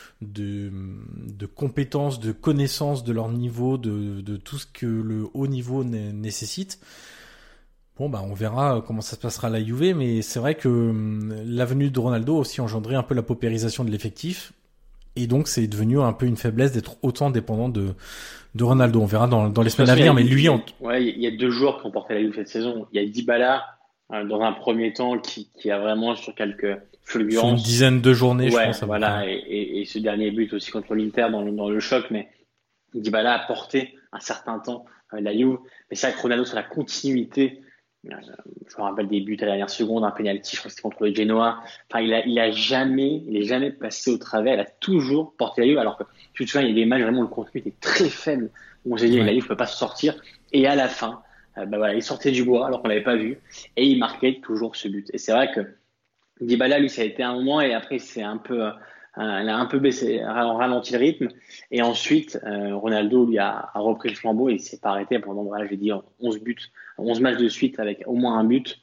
de compétences, de connaissances de leur niveau, de tout ce que le haut niveau nécessite. Bon, on verra comment ça se passera à la Juve, mais c'est vrai que l'avenue de Ronaldo a aussi engendré un peu la paupérisation de l'effectif. Et donc, c'est devenu un peu une faiblesse d'être autant dépendant de Ronaldo. On verra dans les semaines à venir, mais lui... Ouais, il y a 2 joueurs qui ont porté la Juve cette saison. Il y a Dybala, dans un premier temps, qui a vraiment, sur quelques fulgurances... Sur une dizaine de journées, je pense. Voilà, et ce dernier but aussi contre l'Inter dans le choc, mais Dybala a porté un certain temps la Juve. Mais c'est vrai que Ronaldo, sur la continuité... Je me rappelle des buts à la dernière seconde, un penalty, je crois que c'était contre le Genoa. Enfin, il est jamais passé au travers. Il a toujours porté la Juve, alors que tu te souviens, il y a des matchs vraiment où le contenu était très faible, où on s'est dit la Juve peut pas se sortir. Et à la fin, il sortait du bois alors qu'on l'avait pas vu, et il marquait toujours ce but. Et c'est vrai que Dybala, lui, ça a été un moment, et après c'est un peu, il a un peu baissé, ralenti le rythme. Et ensuite, Ronaldo lui a repris le flambeau et il s'est pas arrêté pendant, je vais dire, 11 matchs de suite avec au moins un but.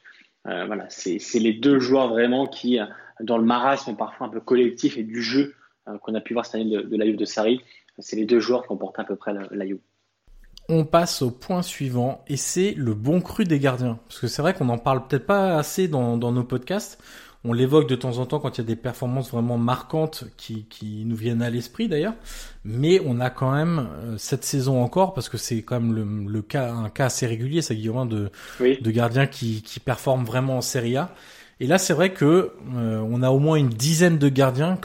C'est les 2 joueurs vraiment qui, dans le marasme parfois un peu collectif et du jeu qu'on a pu voir cette année de la Juve de Sarri, c'est les 2 joueurs qui ont porté à peu près la Juve. On passe au point suivant, et c'est le bon cru des gardiens. Parce que c'est vrai qu'on en parle peut-être pas assez dans nos podcasts. On l'évoque de temps en temps quand il y a des performances vraiment marquantes qui nous viennent à l'esprit d'ailleurs. Mais on a quand même cette saison encore, parce que c'est quand même un cas assez régulier, ça, Guillaume, de gardiens qui performent vraiment en Serie A. Et là, c'est vrai que on a au moins une dizaine de gardiens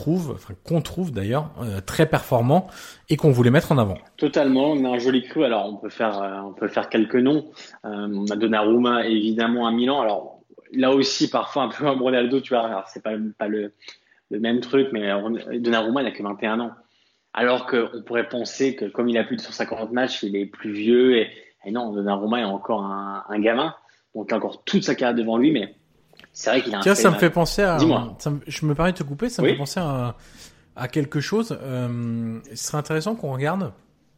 qu'on trouve d'ailleurs très performants et qu'on voulait mettre en avant. Totalement, on a un joli cru. Alors on peut faire quelques noms. On a Donnarumma évidemment à Milan. Alors là aussi, parfois un peu comme Ronaldo, tu vois, alors c'est pas le même truc, mais Donnarumma, il a que 21 ans. Alors qu'on pourrait penser que comme il a plus de 150 matchs, il est plus vieux, et non, Donnarumma est encore un gamin, donc il a encore toute sa carrière devant lui, mais c'est vrai qu'il a ça me fait penser à... Dis-moi. Je me permets de te couper, ça me fait penser à quelque chose. Ce serait intéressant qu'on regarde,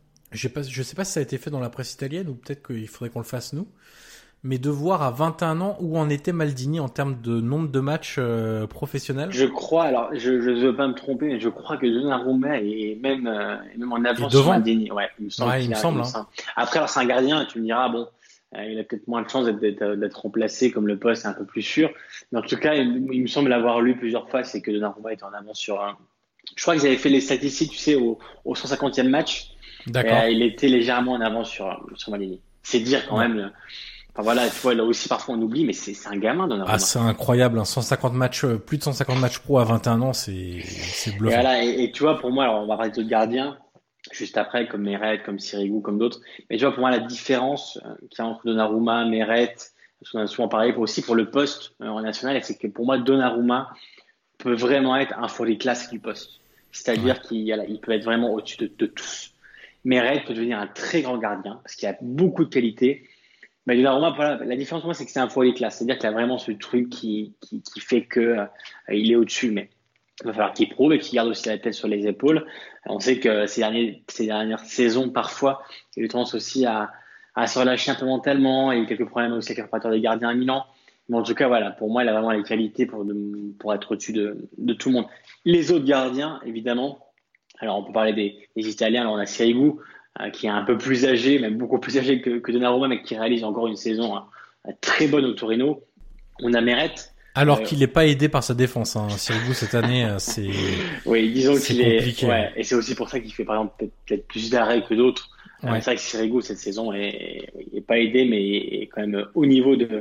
je sais pas si ça a été fait dans la presse italienne, ou peut-être qu'il faudrait qu'on le fasse nous, mais de voir à 21 ans où en était Maldini en termes de nombre de matchs professionnels. Je crois, alors je ne veux pas me tromper, mais je crois que Donnarumma est même en avance sur Maldini. Ouais, il me semble. Après, alors c'est un gardien, tu me diras, il a peut-être moins de chances d'être remplacé, comme le poste est un peu plus sûr. Mais en tout cas, il me semble l'avoir lu plusieurs fois, c'est que Donnarumma est en avance sur un... Je crois qu'ils avaient fait les statistiques, tu sais, au 150e match. D'accord. Et il était légèrement en avance sur Maldini. C'est dire quand même... Enfin voilà, tu vois, là aussi parfois on oublie, mais c'est un gamin Donnarumma. Ah, c'est incroyable, 150 matchs, plus de 150 matchs pro à 21 ans, c'est bluffant. Et voilà, et tu vois, pour moi, alors on va parler d'autres gardiens juste après, comme Meret, comme Sirigu, comme d'autres. Mais tu vois, pour moi, la différence qu'il y a entre Donnarumma, Meret, parce qu'on a souvent parlé aussi pour le poste en national, c'est que pour moi, Donnarumma peut vraiment être un folie classe du poste. C'est-à-dire qu'il peut être vraiment au-dessus de tous. Meret peut devenir un très grand gardien parce qu'il a beaucoup de qualités. Mais Donnarumma, voilà, la différence pour moi, c'est que c'est un folie classe. C'est-à-dire qu'il a vraiment ce truc qui fait que il est au-dessus. Mais il va falloir qu'il prouve et qu'il garde aussi la tête sur les épaules. On sait que ces dernières saisons, parfois, il a eu tendance aussi à se relâcher un peu mentalement. Il y a eu quelques problèmes aussi avec le préparateur des gardiens à Milan. Mais en tout cas, voilà, pour moi, il a vraiment les qualités pour être au-dessus de tout le monde. Les autres gardiens, évidemment. Alors, on peut parler des Italiens. Alors, on a Sirigu, qui est un peu plus âgé, même beaucoup plus âgé que Donnarumma, mais qui réalise encore une saison très bonne au Torino. On a Meret. Alors qu'il n'est pas aidé par sa défense, Sirigu cette année, c'est oui, disons qu'il compliqué. Ouais, et c'est aussi pour ça qu'il fait par exemple peut-être plus d'arrêts que d'autres. Ouais. C'est vrai que Sirigu cette saison est pas aidé, mais est quand même au niveau de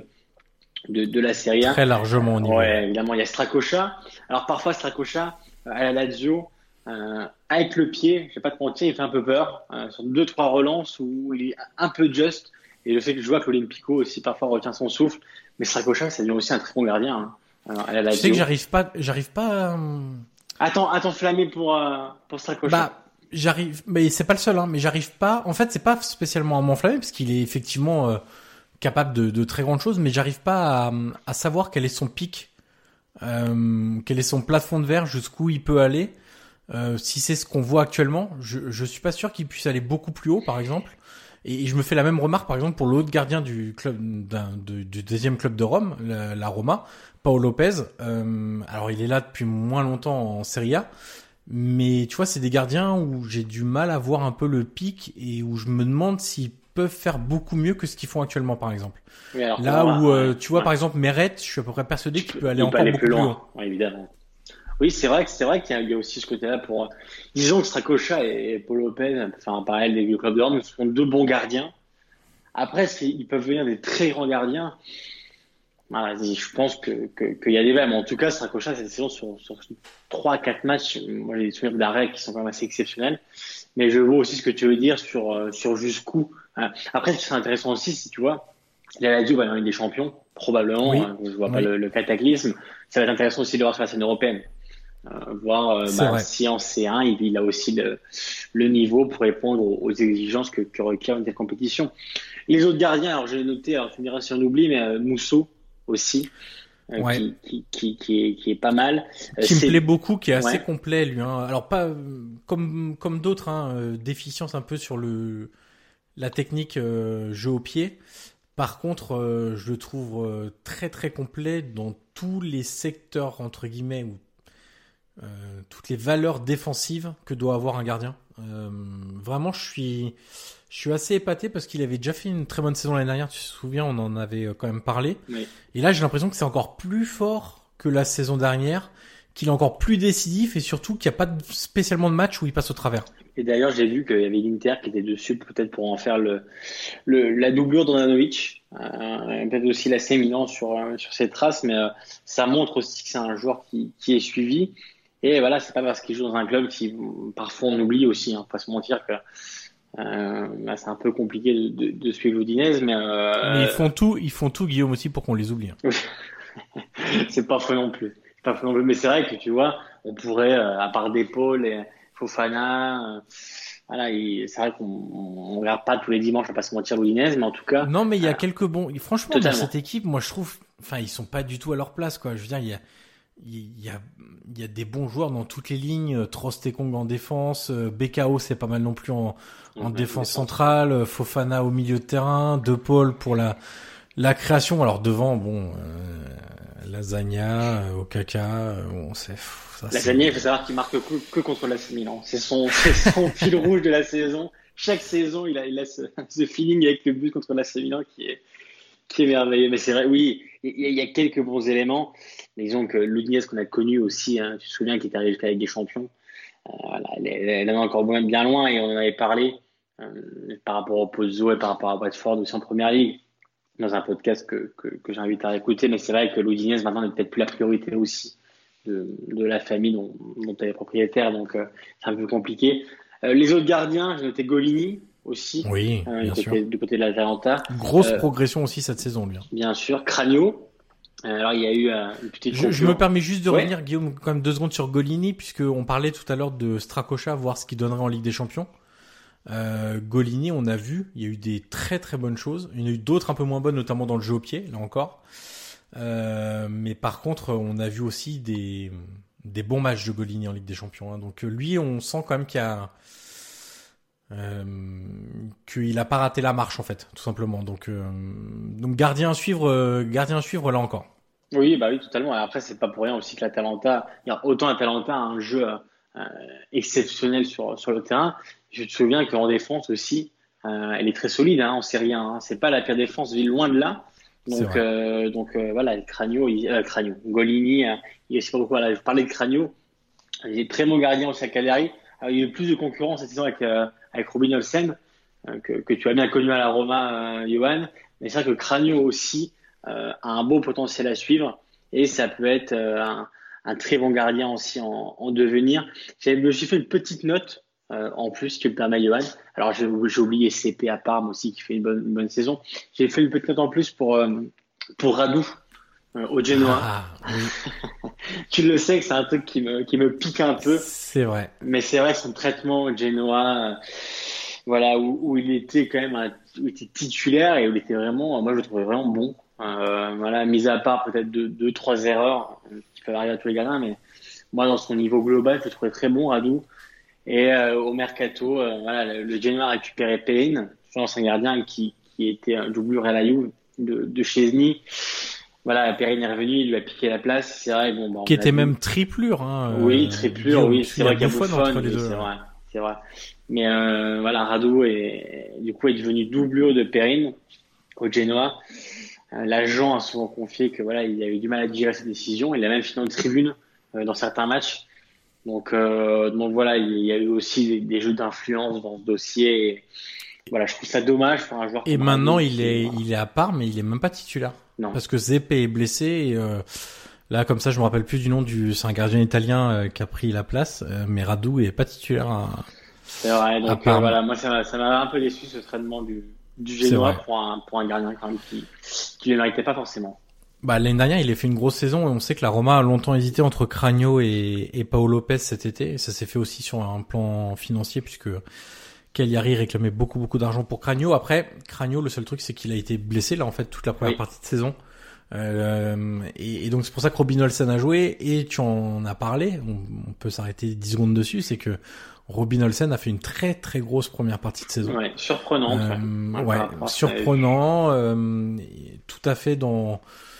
la Serie A. Très largement au niveau. Ouais, évidemment, il y a Strakosha. Alors parfois Strakosha à la Lazio, avec le pied, je vais pas te mentir, il fait un peu peur sur 2-3 relances où il est un peu juste. Et je sais que je vois que l'Olympico aussi parfois retient son souffle, mais Strakosha, ça devient aussi un très bon gardien. Hein. Alors, Tu sais que j'arrive pas. Attends, flammé pour Strakosha. Bah, j'arrive, mais c'est pas le seul, hein. Mais j'arrive pas. En fait, c'est pas spécialement à m'enflammer parce qu'il est effectivement capable de très grandes choses, mais j'arrive pas à savoir quel est son pic, quel est son plafond de verre, jusqu'où il peut aller. Si c'est ce qu'on voit actuellement, je suis pas sûr qu'il puisse aller beaucoup plus haut, par exemple. Et je me fais la même remarque, par exemple, pour l'autre gardien du club, du deuxième club de Rome, la Roma, Paolo Lopez. Alors, il est là depuis moins longtemps en Serie A. Mais tu vois, c'est des gardiens où j'ai du mal à voir un peu le pic et où je me demande s'ils peuvent faire beaucoup mieux que ce qu'ils font actuellement, par exemple. Oui, alors, là où, tu vois, par exemple, Meret, je suis à peu près persuadé qu'il peut aller encore beaucoup plus loin. Ouais, évidemment. Oui, c'est vrai qu'il y a aussi ce côté-là pour, disons que Strakosha et Paul Lopez, enfin, pareil, les vieux clubs de Rome, sont deux bons gardiens. Après, ils peuvent venir des très grands gardiens. Voilà, je pense qu'il y a des verres, mais en tout cas, Strakosha, cette saison, sur 3-4 matchs, moi, j'ai des souvenirs d'arrêt qui sont quand même assez exceptionnels. Mais je vois aussi ce que tu veux dire sur jusqu'où. Après, ce qui serait intéressant aussi, si tu vois, la Lazio va dans la Ligue des Champions, probablement, Oui. Je vois pas le cataclysme. Ça va être intéressant aussi de voir sur la scène européenne. Voir si en C1 il a aussi le niveau pour répondre aux exigences que requiert une telle compétition. Les autres gardiens, alors j'ai noté, alors tu me diras si on oublie, mais Mousso aussi, qui est pas mal. Qui me plaît beaucoup, qui est assez complet lui. Hein. Alors pas comme d'autres, hein, déficience un peu sur la technique jeu au pied. Par contre, je le trouve très très complet dans tous les secteurs entre guillemets ou toutes les valeurs défensives que doit avoir un gardien. Vraiment, je suis assez épaté parce qu'il avait déjà fait une très bonne saison l'année dernière. Tu te souviens, on en avait quand même parlé. Oui. Et là, j'ai l'impression que c'est encore plus fort que la saison dernière, qu'il est encore plus décisif et surtout qu'il n'y a pas spécialement de match où il passe au travers. Et d'ailleurs, j'ai vu qu'il y avait l'Inter qui était dessus, peut-être pour en faire la doublure d'Andanovic. Peut-être aussi l'AC Milan sur ses traces, mais ça montre aussi que c'est un joueur qui est suivi. Et voilà, c'est pas parce qu'il joue dans un club qui parfois on oublie aussi, hein, faut pas se mentir que c'est un peu compliqué de suivre l'Udinese, mais ils font tout Guillaume aussi pour qu'on les oublie. Hein. C'est pas faux non plus. Mais c'est vrai que tu vois, on pourrait à part Depol et Fofana, voilà, c'est vrai qu'on regarde pas tous les dimanches, on va pas se mentir l'Udinese, mais en tout cas. Non, mais il y a quelques bons. Franchement, totalement. Dans cette équipe, moi je trouve, enfin ils sont pas du tout à leur place quoi. Je veux dire, il y a des bons joueurs dans toutes les lignes. Trostekong en défense, BKO c'est pas mal non plus en défense centrale, Fofana au milieu de terrain, De Paul pour la création. Alors devant, bon, Lasagna, Okaka, on sait. Lasagna, il faut savoir qu'il marque que contre l'AC Milan. C'est son fil rouge de la saison. Chaque saison, il a ce feeling avec le but contre l'AC Milan qui est merveilleux. Mais c'est vrai, oui, il y a quelques bons éléments. Disons que l'Udinese qu'on a connu aussi, hein, tu te souviens, qui est arrivé jusqu'à la Ligue des Champions, voilà, elle en est encore bien loin et on en avait parlé par rapport au Pozzo et par rapport à Watford aussi en Première Ligue dans un podcast que j'invite à écouter. Mais c'est vrai que l'Udinese maintenant n'est peut-être plus la priorité aussi de la famille dont elle est propriétaire, donc c'est un peu compliqué. Les autres gardiens, j'ai noté Golini aussi, oui, du côté de l'Atalanta. Grosse progression aussi cette saison, lui. Bien sûr, Cragno. Alors il y a eu une petite. Je me permets juste de revenir, Guillaume, quand même 2 secondes sur Golini, puisque on parlait tout à l'heure de Strakosha, voir ce qu'il donnerait en Ligue des Champions. Golini, on a vu, il y a eu des très très bonnes choses. Il y en a eu d'autres un peu moins bonnes, notamment dans le jeu au pied, là encore. Mais par contre, on a vu aussi des bons matchs de Golini en Ligue des Champions. Hein. Donc lui, on sent quand même qu'il a pas raté la marche en fait, tout simplement. Donc gardien à suivre là encore. Oui, bah oui, totalement. Et après, c'est pas pour rien aussi que l'Atalanta, autant l'Atalanta a un jeu exceptionnel sur le terrain. Je te souviens qu'en défense aussi, elle est très solide en Serie A. Hein. C'est pas la pire défense, loin de là. Donc voilà, Golini, il est pas beaucoup. Voilà, je parlais de Cragno, il est très bon gardien aussi à Cagliari. Alors, il y a eu plus de concurrence cette saison avec Robin Olsen, que tu as bien connu à la Roma, Johan. Mais c'est vrai que Cragno aussi a un beau potentiel à suivre et ça peut être un très bon gardien aussi en devenir. Je me suis fait une petite note en plus que le permet Johan. Alors j'ai oublié CP à Parme aussi qui fait une bonne saison. J'ai fait une petite note en plus pour Radu au Genoa. Oui. Tu le sais que c'est un truc qui me pique un peu. C'est vrai. Mais c'est vrai que son traitement au Genoa, voilà, où il était quand même où il était titulaire et où il était vraiment, moi je le trouvais vraiment bon. Voilà, mis à part peut-être deux, trois erreurs qui peuvent arriver à tous les gardiens, mais moi dans son niveau global, je le trouvais très bon, Radu. Et au mercato, voilà, le Genoa a récupéré Pellegrin, son ancien gardien qui était un doublure à la Juve de Szczęsny. Voilà, Pellegrin est revenu, il lui a piqué la place. C'est vrai, bon, qui était même triplure, hein. Oui, triplure, oui. C'est vrai qu'il y a Buffon entre les deux. C'est vrai. Mais voilà, Radu du coup est devenu doublure de Pellegrin au Genoa. L'agent a souvent confié que voilà, il avait du mal à digérer ses décisions. Il a même fini en tribune dans certains matchs. Donc voilà, il y a eu aussi des jeux d'influence dans ce dossier. Et, voilà, je trouve ça dommage pour un joueur. Et maintenant, il est à Parme, mais il est même pas titulaire. Non. Parce que Zepe est blessé. Et, là, comme ça, je me rappelle plus du nom c'est un gardien italien qui a pris la place, mais Radu est pas titulaire. C'est vrai. Donc voilà, moi ça m'a un peu déçu ce traitement du Genoa pour un gardien quand même qui le méritait pas forcément. Bah, l'année dernière, il a fait une grosse saison et on sait que la Roma a longtemps hésité entre Cragno et Paolo Lopez cet été. Et ça s'est fait aussi sur un plan financier puisque Cagliari réclamait beaucoup d'argent pour Cragno. Après, Cragno, le seul truc, c'est qu'il a été blessé là en fait toute la première partie de saison. Et donc c'est pour ça que Robin Olsen a joué et tu en as parlé. On peut s'arrêter 10 secondes dessus. C'est que Robin Olsen a fait une très très grosse première partie de saison. Ouais, surprenante. Surprenant. Tout à fait dans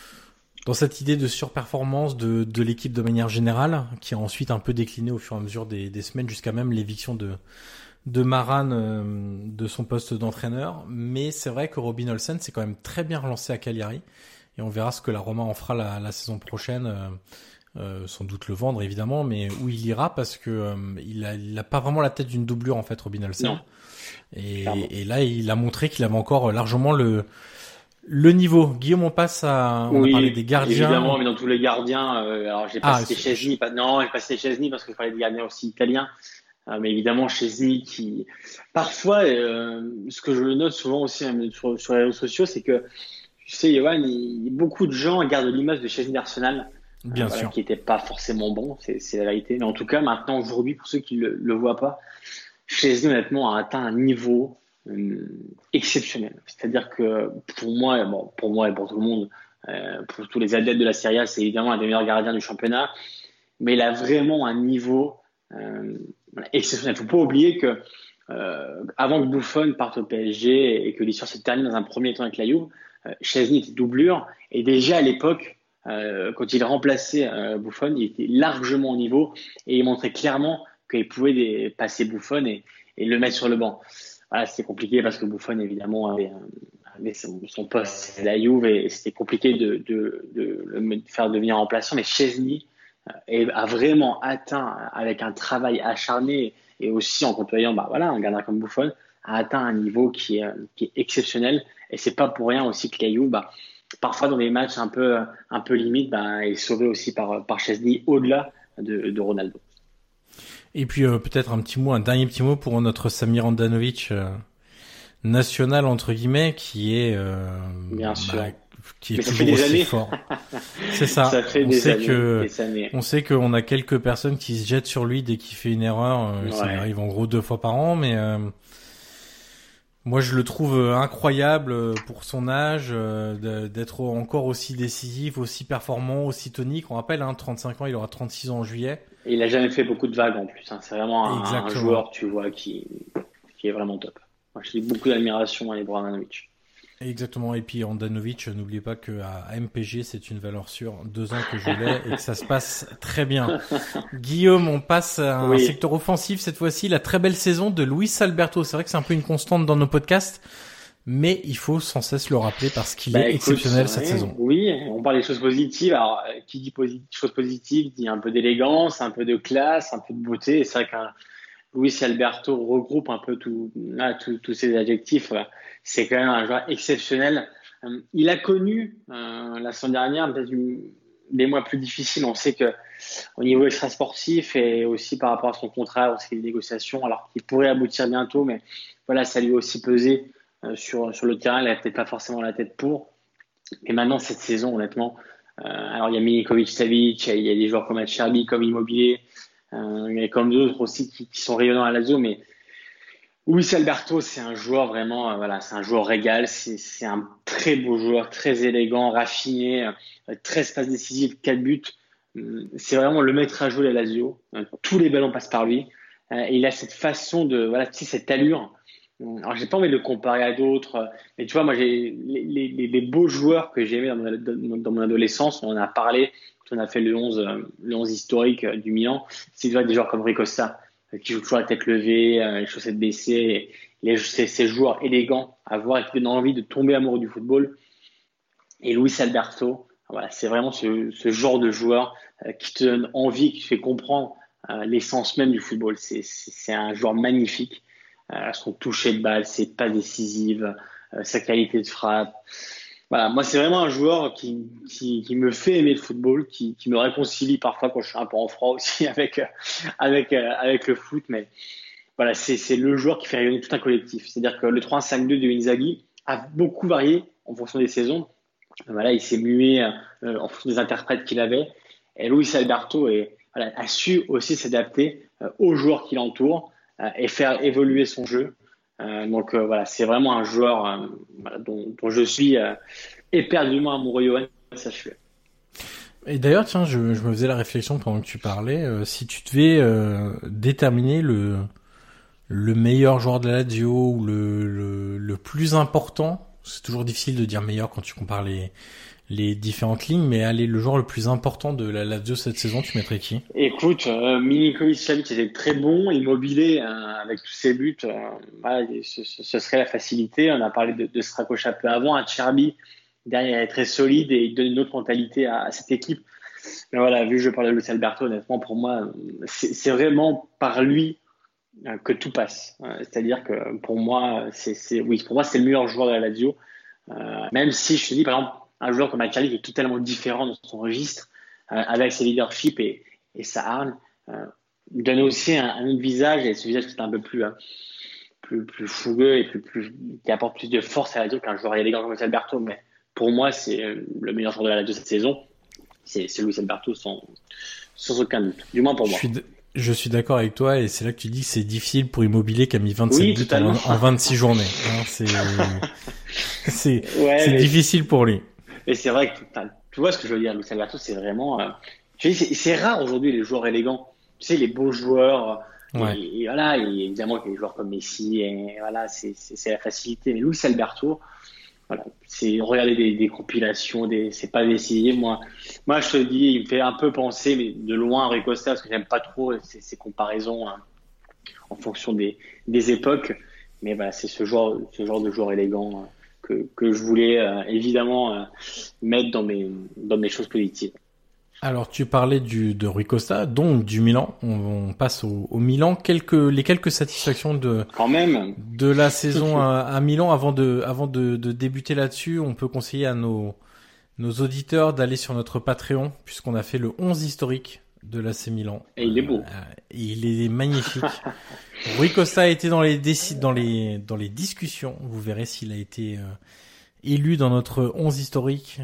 cette idée de surperformance de l'équipe de manière générale, qui a ensuite un peu décliné au fur et à mesure des semaines, jusqu'à même l'éviction de Maran de son poste d'entraîneur. Mais c'est vrai que Robin Olsen s'est quand même très bien relancé à Cagliari, et on verra ce que la Roma en fera la saison prochaine. Sans doute le vendre évidemment, mais où il ira, parce que il a pas vraiment la tête d'une doublure en fait, Robin Olsen. Non. Et là il a montré qu'il avait encore largement le niveau. Guillaume, on passe on a parlé des gardiens. Évidemment, mais dans tous les gardiens, alors j'ai pas cité Szczęsny, j'ai pas cité Szczęsny parce que je parlais des gardiens aussi italiens. Mais évidemment, Szczęsny qui, parfois, ce que je note souvent aussi sur les réseaux sociaux, c'est que, tu sais, Johan, beaucoup de gens gardent l'image de Szczęsny d'Arsenal. Bien sûr. Qui était pas forcément bon, c'est la vérité. Mais en tout cas, maintenant, aujourd'hui, pour ceux qui le voient pas, Szczęsny, honnêtement, a atteint un niveau exceptionnel. C'est-à-dire que pour moi et pour tout le monde, pour tous les adeptes de la Serie A, c'est évidemment un des meilleurs gardiens du championnat, mais il a vraiment un niveau exceptionnel. Il ne faut pas oublier que avant que Buffon parte au PSG et que l'histoire se termine dans un premier temps avec la Juve, Szczęsny était doublure, et déjà à l'époque, quand il remplaçait Buffon, il était largement au niveau et il montrait clairement qu'il pouvait passer Buffon et le mettre sur le banc. Voilà, c'était compliqué parce que Buffon évidemment avait son poste à la Juve et c'était compliqué de le faire devenir remplaçant, mais Szczęsny a vraiment atteint, avec un travail acharné et aussi en côtoyant un gardien comme Buffon, a atteint un niveau qui est exceptionnel, et c'est pas pour rien aussi que la Juve, parfois dans des matchs un peu limite, est sauvé aussi par Szczęsny au-delà de Ronaldo. Et puis peut-être un dernier petit mot pour notre Samir Handanovic national entre guillemets, qui est bien sûr, qui est toujours aussi fort. C'est ça. Ça fait des années. On sait qu'on a quelques personnes qui se jettent sur lui dès qu'il fait une erreur. Ça arrive en gros 2 fois par an, mais moi je le trouve incroyable pour son âge, d'être encore aussi décisif, aussi performant, aussi tonique. On rappelle, 35 ans, il aura 36 ans en juillet. Et il a jamais fait beaucoup de vagues en plus. C'est vraiment un joueur, tu vois, qui est vraiment top. Moi, j'ai beaucoup d'admiration à Ibra Handanovic. Exactement. Et puis Handanovic, n'oubliez pas qu'à MPG, c'est une valeur sûre. 2 ans que je l'ai et que ça se passe très bien. Guillaume, on passe à un secteur offensif cette fois-ci. La très belle saison de Luis Alberto. C'est vrai que c'est un peu une constante dans nos podcasts, mais il faut sans cesse le rappeler parce qu'il est exceptionnel cette saison. Oui, on parle des choses positives. Alors, qui dit choses positives dit un peu d'élégance, un peu de classe, un peu de beauté. Et c'est vrai qu'un Luis Alberto regroupe un peu tous ces adjectifs. C'est quand même un joueur exceptionnel. Il a connu la saison dernière peut-être des mois plus difficiles. On sait que au niveau extra-sportif et aussi par rapport à son contrat, on sait qu'il y a des négociations, alors qu'il pourrait aboutir bientôt, mais voilà, ça lui a aussi pesé sur le terrain. Il n'avait peut-être pas forcément la tête pour. Et maintenant, cette saison, honnêtement, alors il y a Milinkovic-Savic, il y a des joueurs comme Acerbi, comme Immobilier, il y a comme d'autres aussi qui sont rayonnants à Lazio, mais Luis Alberto, c'est un joueur vraiment, voilà, c'est un joueur régal, c'est un très beau joueur, très élégant, raffiné, 13 passes décisives, 4 buts. C'est vraiment le maître à jouer à Lazio. Tous les ballons passent par lui. Et il a cette façon de, voilà, tu sais, cette allure. Alors, j'ai pas envie de le comparer à d'autres, mais tu vois, moi, j'ai les beaux joueurs que j'ai aimés dans mon adolescence. On en a parlé quand on a fait le 11 historique du Milan. C'est des joueurs comme Ricosta, qui joue toujours la tête levée, les chaussettes baissées, ces joueurs élégants à voir et qui donnent envie de tomber amoureux du football. Et Luis Alberto, voilà, c'est vraiment ce genre de joueur qui te donne envie, qui te fait comprendre l'essence même du football. C'est un joueur magnifique. Son toucher de balle, ses pas décisives, sa qualité de frappe. Voilà, moi c'est vraiment un joueur qui me fait aimer le football, qui me réconcilie parfois quand je suis un peu en froid aussi avec le foot, mais voilà, c'est le joueur qui fait rayonner tout un collectif. C'est-à-dire que le 3-5-2 de Inzaghi a beaucoup varié en fonction des saisons. Voilà, il s'est mué en fonction des interprètes qu'il avait. Et Luis Alberto a su aussi s'adapter aux joueurs qui l'entourent et faire évoluer son jeu. Donc voilà, c'est vraiment un joueur dont je suis éperdument amoureux, Johan, sache-le. Et d'ailleurs, tiens, je me faisais la réflexion pendant que tu parlais, si tu devais déterminer le meilleur joueur de la Lazio ou le plus important, c'est toujours difficile de dire meilleur quand tu compares les différentes lignes, mais allez, le joueur le plus important de la Lazio cette saison, tu mettrais qui? Écoute, Milinkovic-Savic était très bon, Immobilier avec tous ses buts, voilà, ce serait la facilité. On a parlé de Strakosha peu avant, Acerbi derrière il est très solide et il donne une autre mentalité à cette équipe. Mais voilà, vu que je parle de Luis Alberto, honnêtement pour moi, c'est vraiment par lui que tout passe. C'est-à-dire que pour moi, pour moi c'est le meilleur joueur de la Lazio. Même si je te dis par exemple un joueur comme Acerbi qui est totalement différent dans son registre, avec ses leadership et sa hargne, donne aussi un autre visage, et ce visage qui est un peu plus fougueux et qui apporte plus de force à la Lazio qu'un joueur élégant comme Alberto. Mais pour moi, c'est le meilleur joueur de la Lazio cette saison. C'est Luis Alberto sans aucun doute, du moins pour moi. Je suis d'accord avec toi, et c'est là que tu dis que c'est difficile pour Immobilier qui a mis 27 buts en 26 journées. C'est difficile pour lui. Et c'est vrai que tu vois ce que je veux dire, Luis Alberto, c'est vraiment... c'est rare aujourd'hui les joueurs élégants. Tu sais, les beaux joueurs. Ouais. Et voilà, et évidemment qu'il y a des joueurs comme Messi, et voilà, c'est la facilité. Mais Luis Alberto, voilà, c'est regarder des compilations, c'est pas décisif. Moi, je te dis, il me fait un peu penser, mais de loin, à Ricosta, parce que j'aime pas trop ces comparaisons en fonction des époques. Mais voilà, c'est ce genre de joueur élégant que je voulais évidemment mettre dans mes choses positives. Alors, tu parlais de Rui Costa, donc du Milan. On passe au Milan. Les quelques satisfactions quand même de la saison à Milan. Avant de débuter là-dessus, on peut conseiller à nos auditeurs d'aller sur notre Patreon, puisqu'on a fait le 11 historique de l'AC Milan. Et il est beau. Il est magnifique. Rui Costa a été dans les discussions. Vous verrez s'il a été élu dans notre 11 historique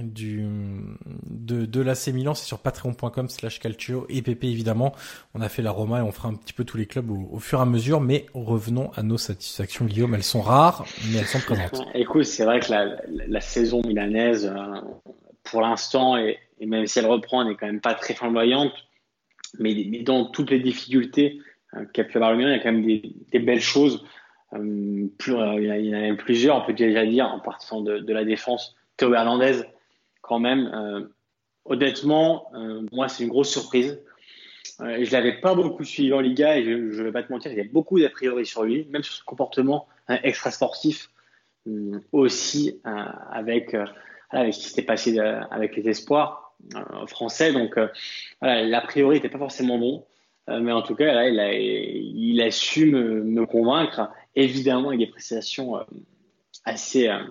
de l'AC Milan. C'est sur patreon.com/calcio et PP évidemment. On a fait la Roma et on fera un petit peu tous les clubs au fur et à mesure, mais revenons à nos satisfactions, Guillaume. Elles sont rares, mais elles sont présentes. Écoute, c'est vrai que la saison milanaise, pour l'instant, et même si elle reprend, n'est quand même pas très flamboyante, mais dans toutes les difficultés qu'a pu avoir le Milan, il y a quand même des belles choses. Il y en a même plusieurs, on peut déjà dire, en partant de la défense. Théo Hernandez, quand même, honnêtement, moi c'est une grosse surprise. Je l'avais pas beaucoup suivi en Liga, et je vais pas te mentir, il y a beaucoup d'a priori sur lui, même sur son comportement extra sportif, aussi avec ce qui s'était passé avec les espoirs français. Donc voilà, l'a priori n'était pas forcément bon, mais en tout cas là, il a su me convaincre, évidemment avec des prestations assez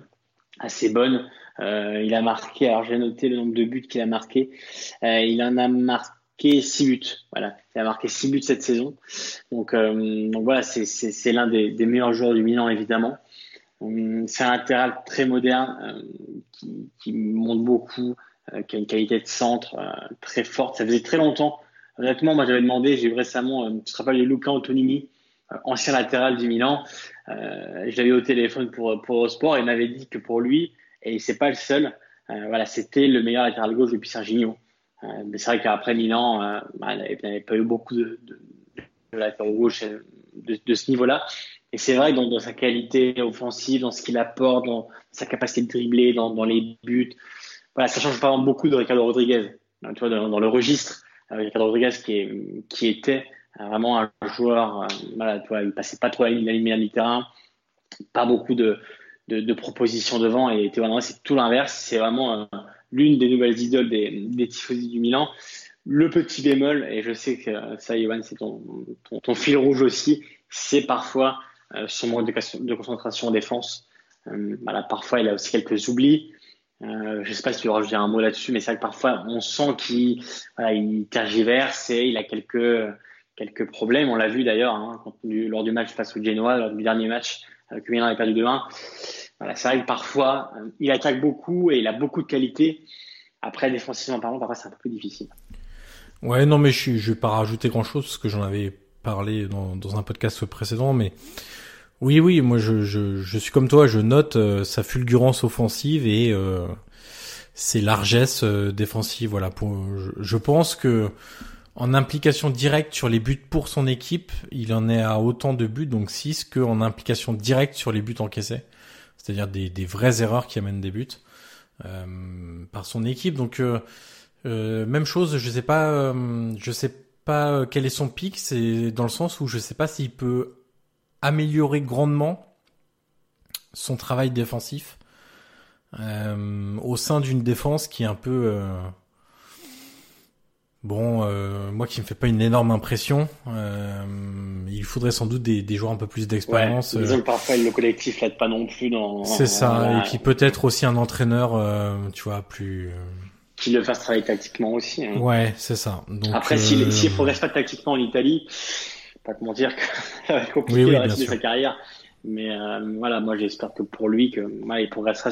assez bonne. Il a marqué, alors j'ai noté le nombre de buts qu'il a marqué. Il en a marqué 6 buts. Voilà, il a marqué 6 buts cette saison. Donc voilà, c'est l'un des meilleurs joueurs du Milan évidemment. C'est un latéral très moderne qui monte beaucoup, qui a une qualité de centre très forte. Ça faisait très longtemps. Honnêtement, moi j'avais demandé, j'ai eu récemment, tu te rappelles de Luca Antonini, ancien latéral du Milan. Je l'avais eu au téléphone pour Eurosport et il m'avait dit que pour lui, et c'est pas le seul, voilà, c'était le meilleur latéral gauche depuis Serginho. Mais c'est vrai qu'après Milan, il n'avait pas eu beaucoup de latéraux gauche de ce niveau-là. Et c'est vrai que dans sa qualité offensive, dans ce qu'il apporte, dans sa capacité de dribbler, dans les buts, voilà, ça change pas beaucoup de Ricardo Rodriguez. Tu vois, dans le registre, Ricardo Rodriguez qui était vraiment un joueur, voilà, tu vois, il passait pas trop la ligne du terrain, pas beaucoup de propositions devant, et Théo Hernandez, c'est tout l'inverse. C'est vraiment l'une des nouvelles idoles des tifosi du Milan. Le petit bémol, et je sais que ça, Yoann, c'est ton fil rouge aussi, c'est parfois son manque de concentration en défense. Voilà, parfois, il a aussi quelques oublis. Je ne sais pas si tu veux rajouter un mot là-dessus, mais c'est vrai que parfois, on sent qu'il tergiverse et il a quelques problèmes. On l'a vu d'ailleurs lors du match face au Genoa, lors du dernier match que Milan avait perdu 2-1. Voilà, c'est vrai que parfois, il attaque beaucoup et il a beaucoup de qualité. Après, défensivement parlant, parfois, c'est un peu plus difficile. Ouais, non, mais je vais pas rajouter grand-chose parce que j'en avais parlé dans un podcast précédent, mais oui, moi je suis comme toi, je note sa fulgurance offensive et ses largesses défensives. Voilà, je pense que en implication directe sur les buts pour son équipe, il en est à autant de buts, donc 6, qu'en implication directe sur les buts encaissés. C'est-à-dire des vraies erreurs qui amènent des buts par son équipe. Donc même chose, je sais pas quel est son pic, c'est dans le sens où je sais pas s'il peut améliorer grandement son travail défensif au sein d'une défense qui est un peu moi qui me fait pas une énorme impression. Il faudrait sans doute des joueurs un peu plus d'expérience. Ouais, disons que parfois le collectif l'aide pas non plus dans. C'est ça, et puis peut-être aussi un entraîneur, tu vois, plus. Qui le fasse travailler tactiquement aussi. Hein. Ouais, c'est ça. Donc, après, s'il progresse pas tactiquement en Italie, pas te mentir que ça va être compliqué de rester de sa carrière. Mais voilà, moi j'espère que pour lui, il progressera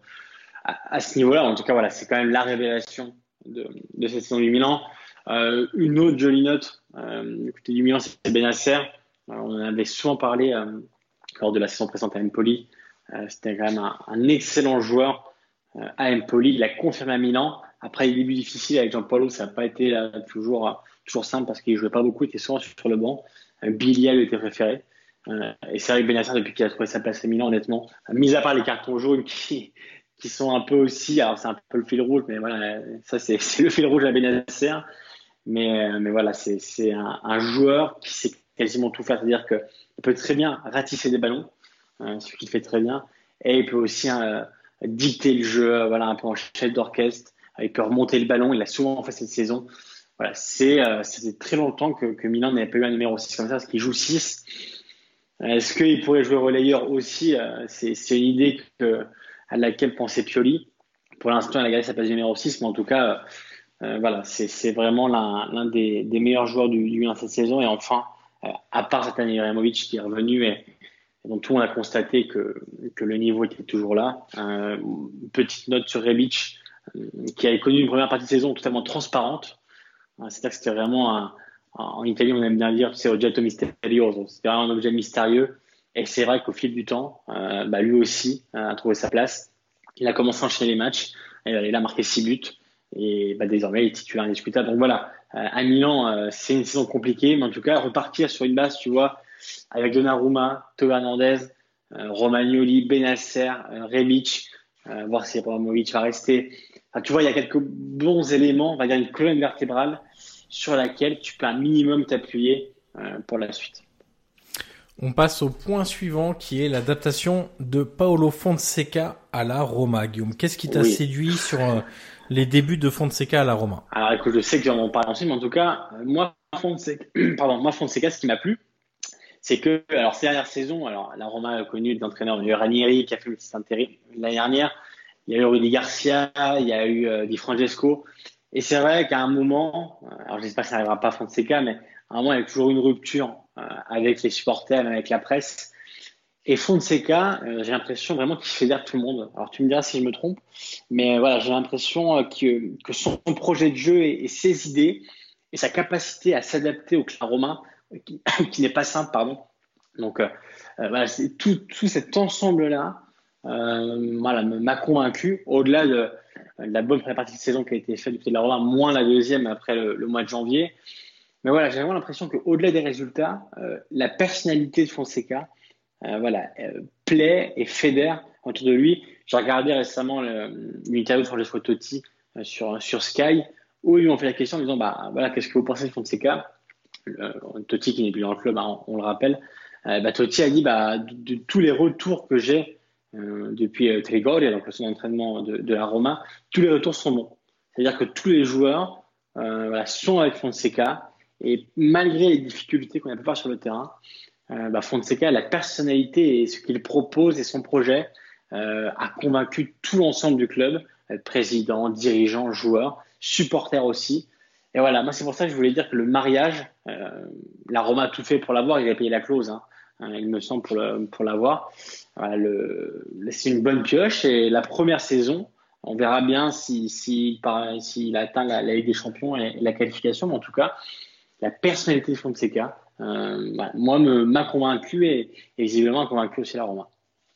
à ce niveau-là. En tout cas, voilà, c'est quand même la révélation de cette saison du Milan. Une autre jolie note du côté du Milan, c'est Bennacer. On en avait souvent parlé lors de la saison précédente à Empoli. C'était quand même un excellent joueur à Empoli. Il a confirmé à Milan. Après les débuts difficiles avec Gianpaolo, ça n'a pas été toujours simple parce qu'il jouait pas beaucoup, il était souvent sur le banc. Bilia lui était préféré. Et c'est vrai que Bennacer, depuis qu'il a trouvé sa place à Milan, honnêtement, mis à part les cartons jaunes qui sont un peu aussi, alors c'est un peu le fil rouge, mais voilà, ça c'est le fil rouge à Bennacer. Mais voilà, c'est un joueur qui sait quasiment tout faire, c'est-à-dire qu'il peut très bien ratisser des ballons, ce qu'il fait très bien, et il peut aussi dicter le jeu, voilà, un peu en chef d'orchestre. Il peut remonter le ballon, il l'a souvent fait cette saison. Voilà, c'était très longtemps que Milan n'avait pas eu un numéro 6 comme ça, parce qu'il joue 6. Est-ce qu'il pourrait jouer relayeur aussi? C'est une idée à laquelle pensait Pioli. Pour l'instant, il a gardé sa place de numéro 6, mais en tout cas, voilà, c'est vraiment l'un des meilleurs joueurs du Milan cette saison. Et enfin, à part Zlatan Ibrahimovic qui est revenu et dont tout le monde a constaté que le niveau était toujours là. Petite note sur Rebic, qui avait connu une première partie de saison totalement transparente. C'est-à-dire que c'était vraiment en Italie, on aime bien dire, c'est oggetto misterioso. C'était vraiment un objet mystérieux. Et c'est vrai qu'au fil du temps, lui aussi a trouvé sa place. Il a commencé à enchaîner les matchs. Il a marqué 6 buts. Et désormais, il est titulaire indiscutable. Donc voilà, à Milan, c'est une saison compliquée. Mais en tout cas, repartir sur une base, tu vois, avec Donnarumma, Théo Hernandez, Romagnoli, Bennacer, Rebic, voir si Abramovic va rester. Enfin, tu vois, il y a quelques bons éléments, on va dire une colonne vertébrale sur laquelle tu peux un minimum t'appuyer pour la suite. On passe au point suivant qui est l'adaptation de Paolo Fonseca à la Roma. Guillaume, qu'est-ce qui t'a séduit sur les débuts de Fonseca à la Roma? Alors écoute, je sais que j'en parle ensuite, mais en tout cas, moi Fonseca, ce qui m'a plu, c'est que, alors, ces dernières saisons, alors, la Roma a connu des entraîneurs, il y a eu Ranieri qui a fait le petit intérim l'année dernière, il y a eu Rudi Garcia, il y a eu Di Francesco, et c'est vrai qu'à un moment, alors j'espère que ça n'arrivera pas à Fonseca, mais à un moment, il y a toujours une rupture avec les supporters, avec la presse. Et Fonseca, j'ai l'impression vraiment qu'il fédère tout le monde. Alors tu me diras si je me trompe, mais voilà, j'ai l'impression que son projet de jeu et ses idées et sa capacité à s'adapter au clan romain, qui n'est pas simple, pardon. Donc voilà, c'est tout cet ensemble-là, voilà, m'a convaincu. Au-delà de la bonne première partie de saison qui a été faite du côté de la Roma, moins la deuxième après le mois de janvier. Mais voilà, j'ai vraiment l'impression qu'au-delà des résultats, la personnalité de Fonseca, plaît et fédère autour de lui. J'ai regardé récemment une interview de Francesco Totti sur Sky, où ils lui ont fait la question en disant qu'est-ce que vous pensez de Fonseca, Totti qui n'est plus dans le club, hein, on le rappelle. Totti a dit de tous les retours que j'ai depuis Trigoria, donc le centre d'entraînement de la Roma, tous les retours sont bons. C'est-à-dire que tous les joueurs sont avec Fonseca, et malgré les difficultés qu'on a pu voir sur le terrain, Fonseca, la personnalité et ce qu'il propose et son projet a convaincu tout l'ensemble du club, président, dirigeants, joueurs, supporters aussi. Et voilà, moi c'est pour ça que je voulais dire que le mariage, la Roma a tout fait pour l'avoir, il a payé la clause, il me semble, pour l'avoir. Voilà, c'est une bonne pioche et la première saison, on verra bien s'il atteint la Ligue des Champions et la qualification, mais en tout cas, la personnalité de Fonseca, moi, m'a convaincu et visiblement a convaincu aussi la Roma.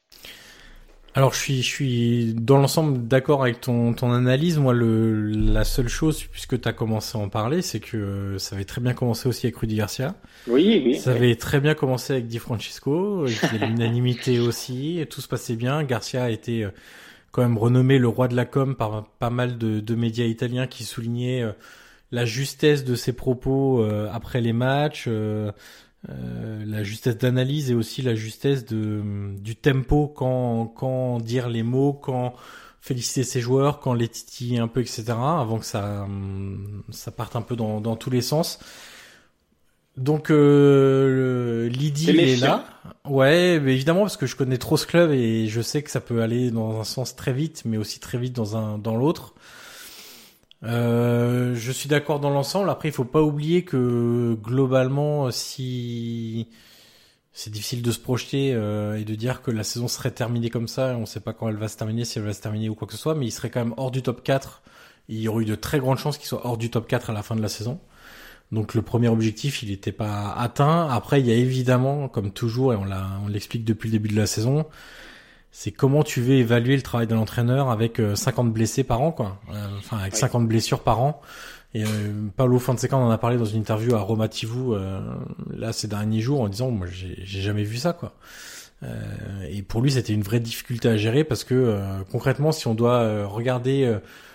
Alors je suis dans l'ensemble d'accord avec ton analyse. Moi, la seule chose, puisque tu as commencé à en parler, c'est que ça avait très bien commencé aussi avec Rudi Garcia. Oui. Ça avait très bien commencé avec Di Francesco, il y avait l'unanimité aussi, et tout se passait bien. Garcia a été quand même renommé le roi de la com par pas mal de médias italiens qui soulignaient la justesse de ses propos après les matchs, la justesse d'analyse et aussi la justesse du tempo, quand dire les mots, quand féliciter ses joueurs, quand les titiller un peu, etc. avant que ça parte un peu dans tous les sens. Donc l'idylle est là. Ouais, mais évidemment, parce que je connais trop ce club et je sais que ça peut aller dans un sens très vite, mais aussi très vite dans l'autre. Je suis d'accord dans l'ensemble. Après, il faut pas oublier que globalement, si c'est difficile de se projeter et de dire que la saison serait terminée comme ça, on sait pas quand elle va se terminer, si elle va se terminer ou quoi que ce soit, mais il serait quand même hors du top 4. Il y aurait eu de très grandes chances qu'il soit hors du top 4 à la fin de la saison. Donc le premier objectif, il n'était pas atteint. Après, il y a évidemment, comme toujours, et on l'explique depuis le début de la saison, c'est comment tu veux évaluer le travail de l'entraîneur avec 50 blessés par an, quoi. Avec 50 blessures par an. Et Paolo Fonseca en a parlé dans une interview à Roma TV là ces derniers jours en disant moi j'ai jamais vu ça, quoi. Et pour lui c'était une vraie difficulté à gérer parce que concrètement si on doit regarder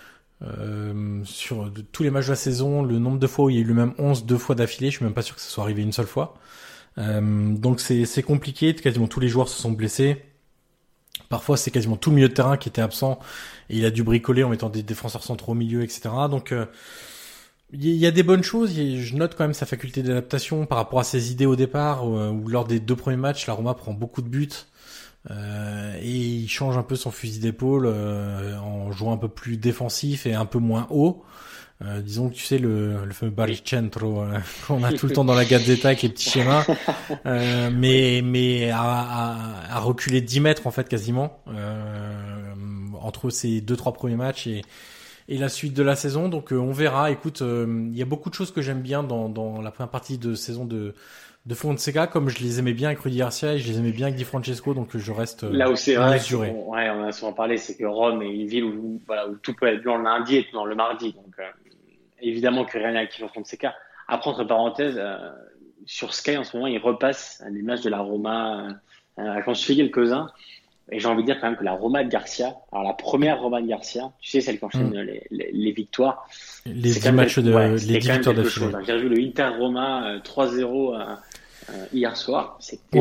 sur tous les matchs de la saison le nombre de fois où il y a eu le même 11 deux fois d'affilée, je suis même pas sûr que ça soit arrivé une seule fois. Donc c'est compliqué, quasiment tous les joueurs se sont blessés. Parfois, c'est quasiment tout le milieu de terrain qui était absent et il a dû bricoler en mettant des défenseurs centraux au milieu, etc. Donc, il y a des bonnes choses. Je note quand même sa faculté d'adaptation par rapport à ses idées au départ, où lors des 2 premiers matchs, la Roma prend beaucoup de buts et il change un peu son fusil d'épaule en jouant un peu plus défensif et un peu moins haut. Disons que tu sais le fameux baricentro qu'on a tout le temps dans la Gazzetta avec les petits schémas, mais à reculer 10 mètres en fait quasiment entre ces 2-3 premiers matchs et la suite de la saison. Donc on verra. Écoute, il y a beaucoup de choses que j'aime bien dans la première partie de saison de Fonseca, comme je les aimais bien avec Rudi Garcia et je les aimais bien avec Di Francesco, donc je reste là où c'est vrai, mesuré. On a souvent parlé, c'est que Rome est une ville où tout peut être blanc le lundi et tout dans le mardi. Donc évidemment que rien n'est actif en Fonseca. Après, entre parenthèses, sur Sky en ce moment, il repasse les matchs de la Roma. J'en suis quelques-uns. Et j'ai envie de dire quand même que la Roma de Garcia, alors la première Roma de Garcia, tu sais, celle qui enchaîne les victoires. Les 10 matchs les 10 victoires d'affilée. J'ai vu le Inter Roma 3-0 hier soir. C'était,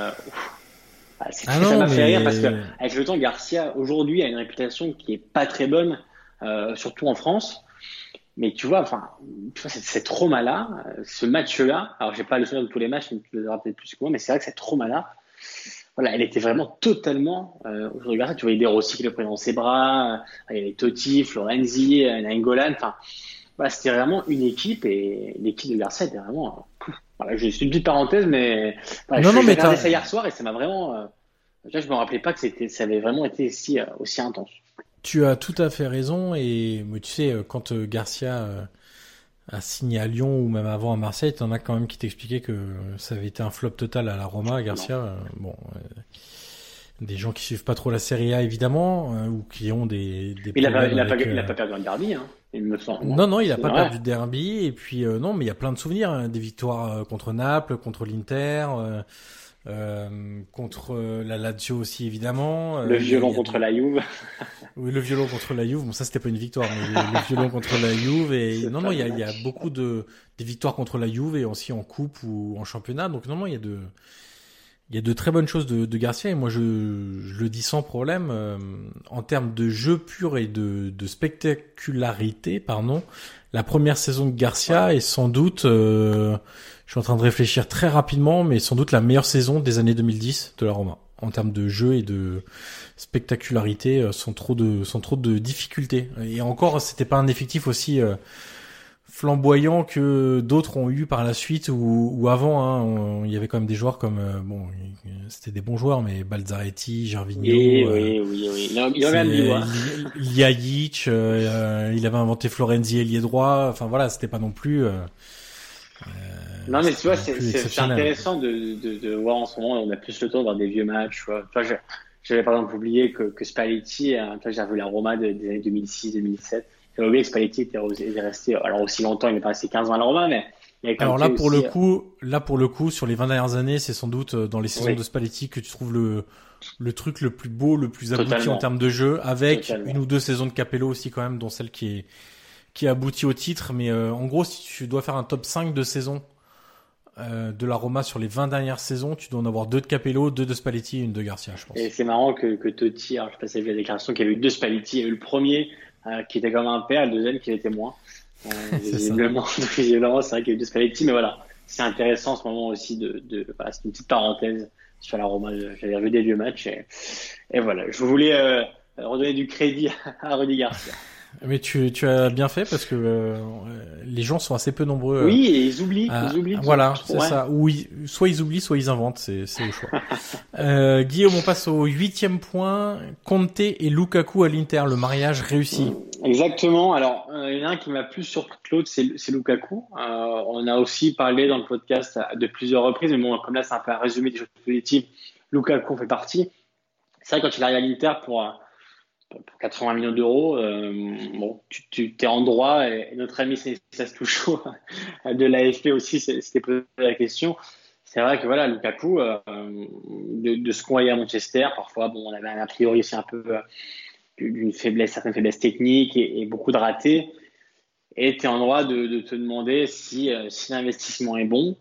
ça m'a fait rire parce que avec le temps, Garcia aujourd'hui a une réputation qui est pas très bonne, surtout en France. Mais tu vois, c'est trauma-là, ce match-là, alors j'ai pas le souvenir de tous les matchs, tu le verras peut-être plus que moi, mais c'est vrai que cette trauma-là, voilà, elle était vraiment totalement, je regarde ça, tu voyais des Rossi qui le prenaient dans ses bras, il y avait Totti, Florenzi, Nainggolan, enfin, voilà, c'était vraiment une équipe, et l'équipe de Garcia était vraiment, voilà, c'est une petite parenthèse, mais voilà, j'ai regardé ça hier soir et ça m'a vraiment, là, je me rappelais pas que ça avait vraiment été aussi intense. Tu as tout à fait raison, et tu sais, quand Garcia a signé à Lyon ou même avant à Marseille, t'en as quand même qui t'expliquaient que ça avait été un flop total à la Roma, Garcia. Des gens qui suivent pas trop la Serie A évidemment, ou qui ont des il a pas perdu un derby, hein, il me semble. Non, il a pas perdu de derby, et puis non, mais il y a plein de souvenirs, hein, des victoires contre Naples, contre l'Inter. Contre la Lazio aussi évidemment. Le violon contre la Juve. Oui, le violon contre la Juve. Bon, ça c'était pas une victoire, mais le violon contre la Juve. Et non, il y a beaucoup des victoires contre la Juve et aussi en coupe ou en championnat. Donc non, il y a de très bonnes choses de Garcia, et moi je le dis sans problème. En termes de jeu pur et de spectacularité, la première saison de Garcia est sans doute, je suis en train de réfléchir très rapidement, mais sans doute la meilleure saison des années 2010 de la Roma. En termes de jeu et de spectacularité, sans trop de difficultés. Et encore, c'était pas un effectif aussi flamboyant que d'autres ont eu par la suite ou avant, hein. Il y avait quand même des joueurs comme c'était des bons joueurs, mais Balzaretti, Gervinho, oui. Il avait Ljajic, il avait inventé Florenzi ailier droit. Enfin voilà, c'était pas non plus. Non, mais tu vois, c'est intéressant de voir en ce moment. On a plus le temps de voir des vieux matchs. Tu vois, j'avais par exemple oublié que Spalletti, j'ai vu la Roma des années 2006-2007. J'avais oublié que Spalletti était resté, alors aussi longtemps, il est pas resté 15 ans à la Roma, mais il y a quand alors même pour le coup, sur les 20 dernières années, c'est sans doute dans les saisons de Spalletti que tu trouves le truc le plus beau, le plus abouti en termes de jeu, avec une ou deux saisons de Capello aussi quand même, dont celle qui aboutit au titre. Mais en gros, si tu dois faire un top 5 de saison de la Roma sur les 20 dernières saisons, tu dois en avoir 2 de Capello, 2 de Spalletti et une de Garcia, je pense. Et c'est marrant que Totti, alors je sais pas si vous avez vu la déclaration, qu'il y avait eu 2 Spalletti. Il y a eu le premier qui était comme un père, le deuxième qui était moins. Visiblement, c'est vrai qu'il y a eu 2 Spalletti, mais voilà, c'est intéressant en ce moment aussi voilà, c'est une petite parenthèse sur la Roma. J'avais revu des vieux matchs et voilà, je voulais redonner du crédit à Rudy Garcia. Mais tu as bien fait, parce que les gens sont assez peu nombreux. Oui, et ils oublient. Voilà, c'est ça. Oui, soit ils oublient, soit ils inventent. C'est au choix. Guillaume, on passe au 8e point. Conte et Lukaku à l'Inter, le mariage réussi. Exactement. Alors, il y en a un qui m'a plus surpris que l'autre, c'est Lukaku. On a aussi parlé dans le podcast de plusieurs reprises, mais bon, comme là, c'est un peu un résumé des choses positives. Lukaku fait partie. C'est vrai, quand il arrive à l'Inter pour 80 millions d'euros, tu t'es en droit, et notre ami César Touchot de l'AFP aussi s'était posé la question. C'est vrai que voilà, Lukaku, de ce qu'on voyait à Manchester, parfois, on avait a priori aussi un peu certaines faiblesses techniques et beaucoup de ratés. Et tu es en droit de te demander si l'investissement est bon.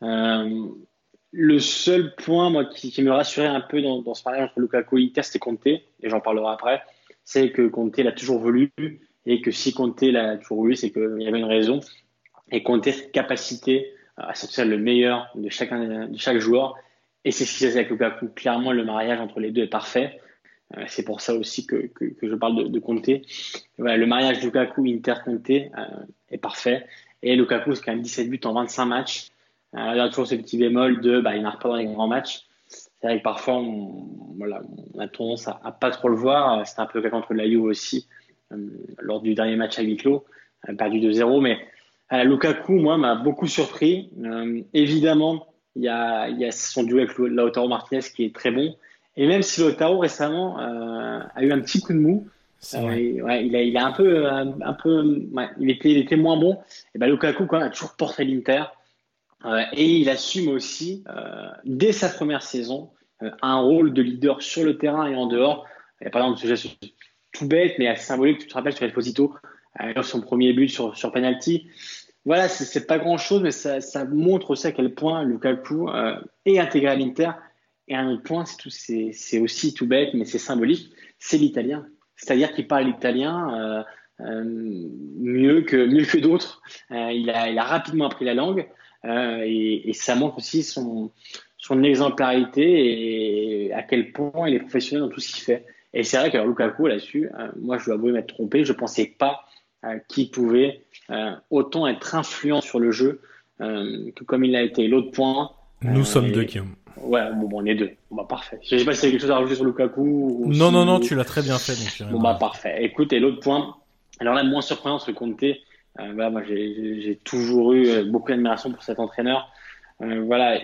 Le seul point, moi, qui me rassurait un peu dans ce mariage entre Lukaku et Inter, c'était Conte, et j'en parlerai après. C'est que Conte l'a toujours voulu, et que si Conte l'a toujours voulu, c'est qu'il y avait une raison. Et Conte a cette capacité à sortir le meilleur de chaque joueur, et c'est ce qui se passe avec Lukaku. Clairement, le mariage entre les deux est parfait. C'est pour ça aussi que je parle de Conte. Et voilà, le mariage Lukaku-Inter-Conte est parfait. Et Lukaku, c'est quand même 17 buts en 25 matchs. Il y a toujours ce petit bémol il marque pas dans les grands matchs. C'est vrai que parfois, on a tendance à pas trop le voir. C'était un peu le cas contre la Juve aussi, lors du dernier match à huis clos, perdu 2-0. Mais Lukaku, moi, m'a beaucoup surpris. Évidemment, il y a son duo avec Lautaro Martinez qui est très bon. Et même si Lautaro récemment a eu un petit coup de mou, il a un peu, il était moins bon. Et Lukaku quand même a toujours porté l'Inter. Et il assume aussi, dès sa première saison, un rôle de leader sur le terrain et en dehors. Et par exemple, ce geste tout bête, mais assez symbolique, tu te rappelles sur Esposito, son premier but sur penalty. Voilà, c'est pas grand-chose, mais ça montre aussi à quel point Lukaku est intégré à l'Inter. Et un autre point, c'est aussi tout bête, mais c'est symbolique, c'est l'italien. C'est-à-dire qu'il parle l'italien mieux que d'autres. Il a rapidement appris la langue et ça montre aussi son exemplarité et à quel point il est professionnel dans tout ce qu'il fait. Et c'est vrai que Lukaku là-dessus, moi je dois avouer m'être trompé, je pensais pas qu'il pouvait autant être influent sur le jeu que comme il l'a été. L'autre point. Nous sommes deux, Guillaume. Ouais, bon, on est deux. Bon, bah, parfait. Je sais pas si tu as quelque chose à rajouter sur Lukaku ou Non, tu l'as très bien fait. Donc bon, bah, parfait. Écoute, et l'autre point, alors là, moins surprenant sur le Conte, voilà, moi, j'ai toujours eu beaucoup d'admiration pour cet entraîneur. Voilà,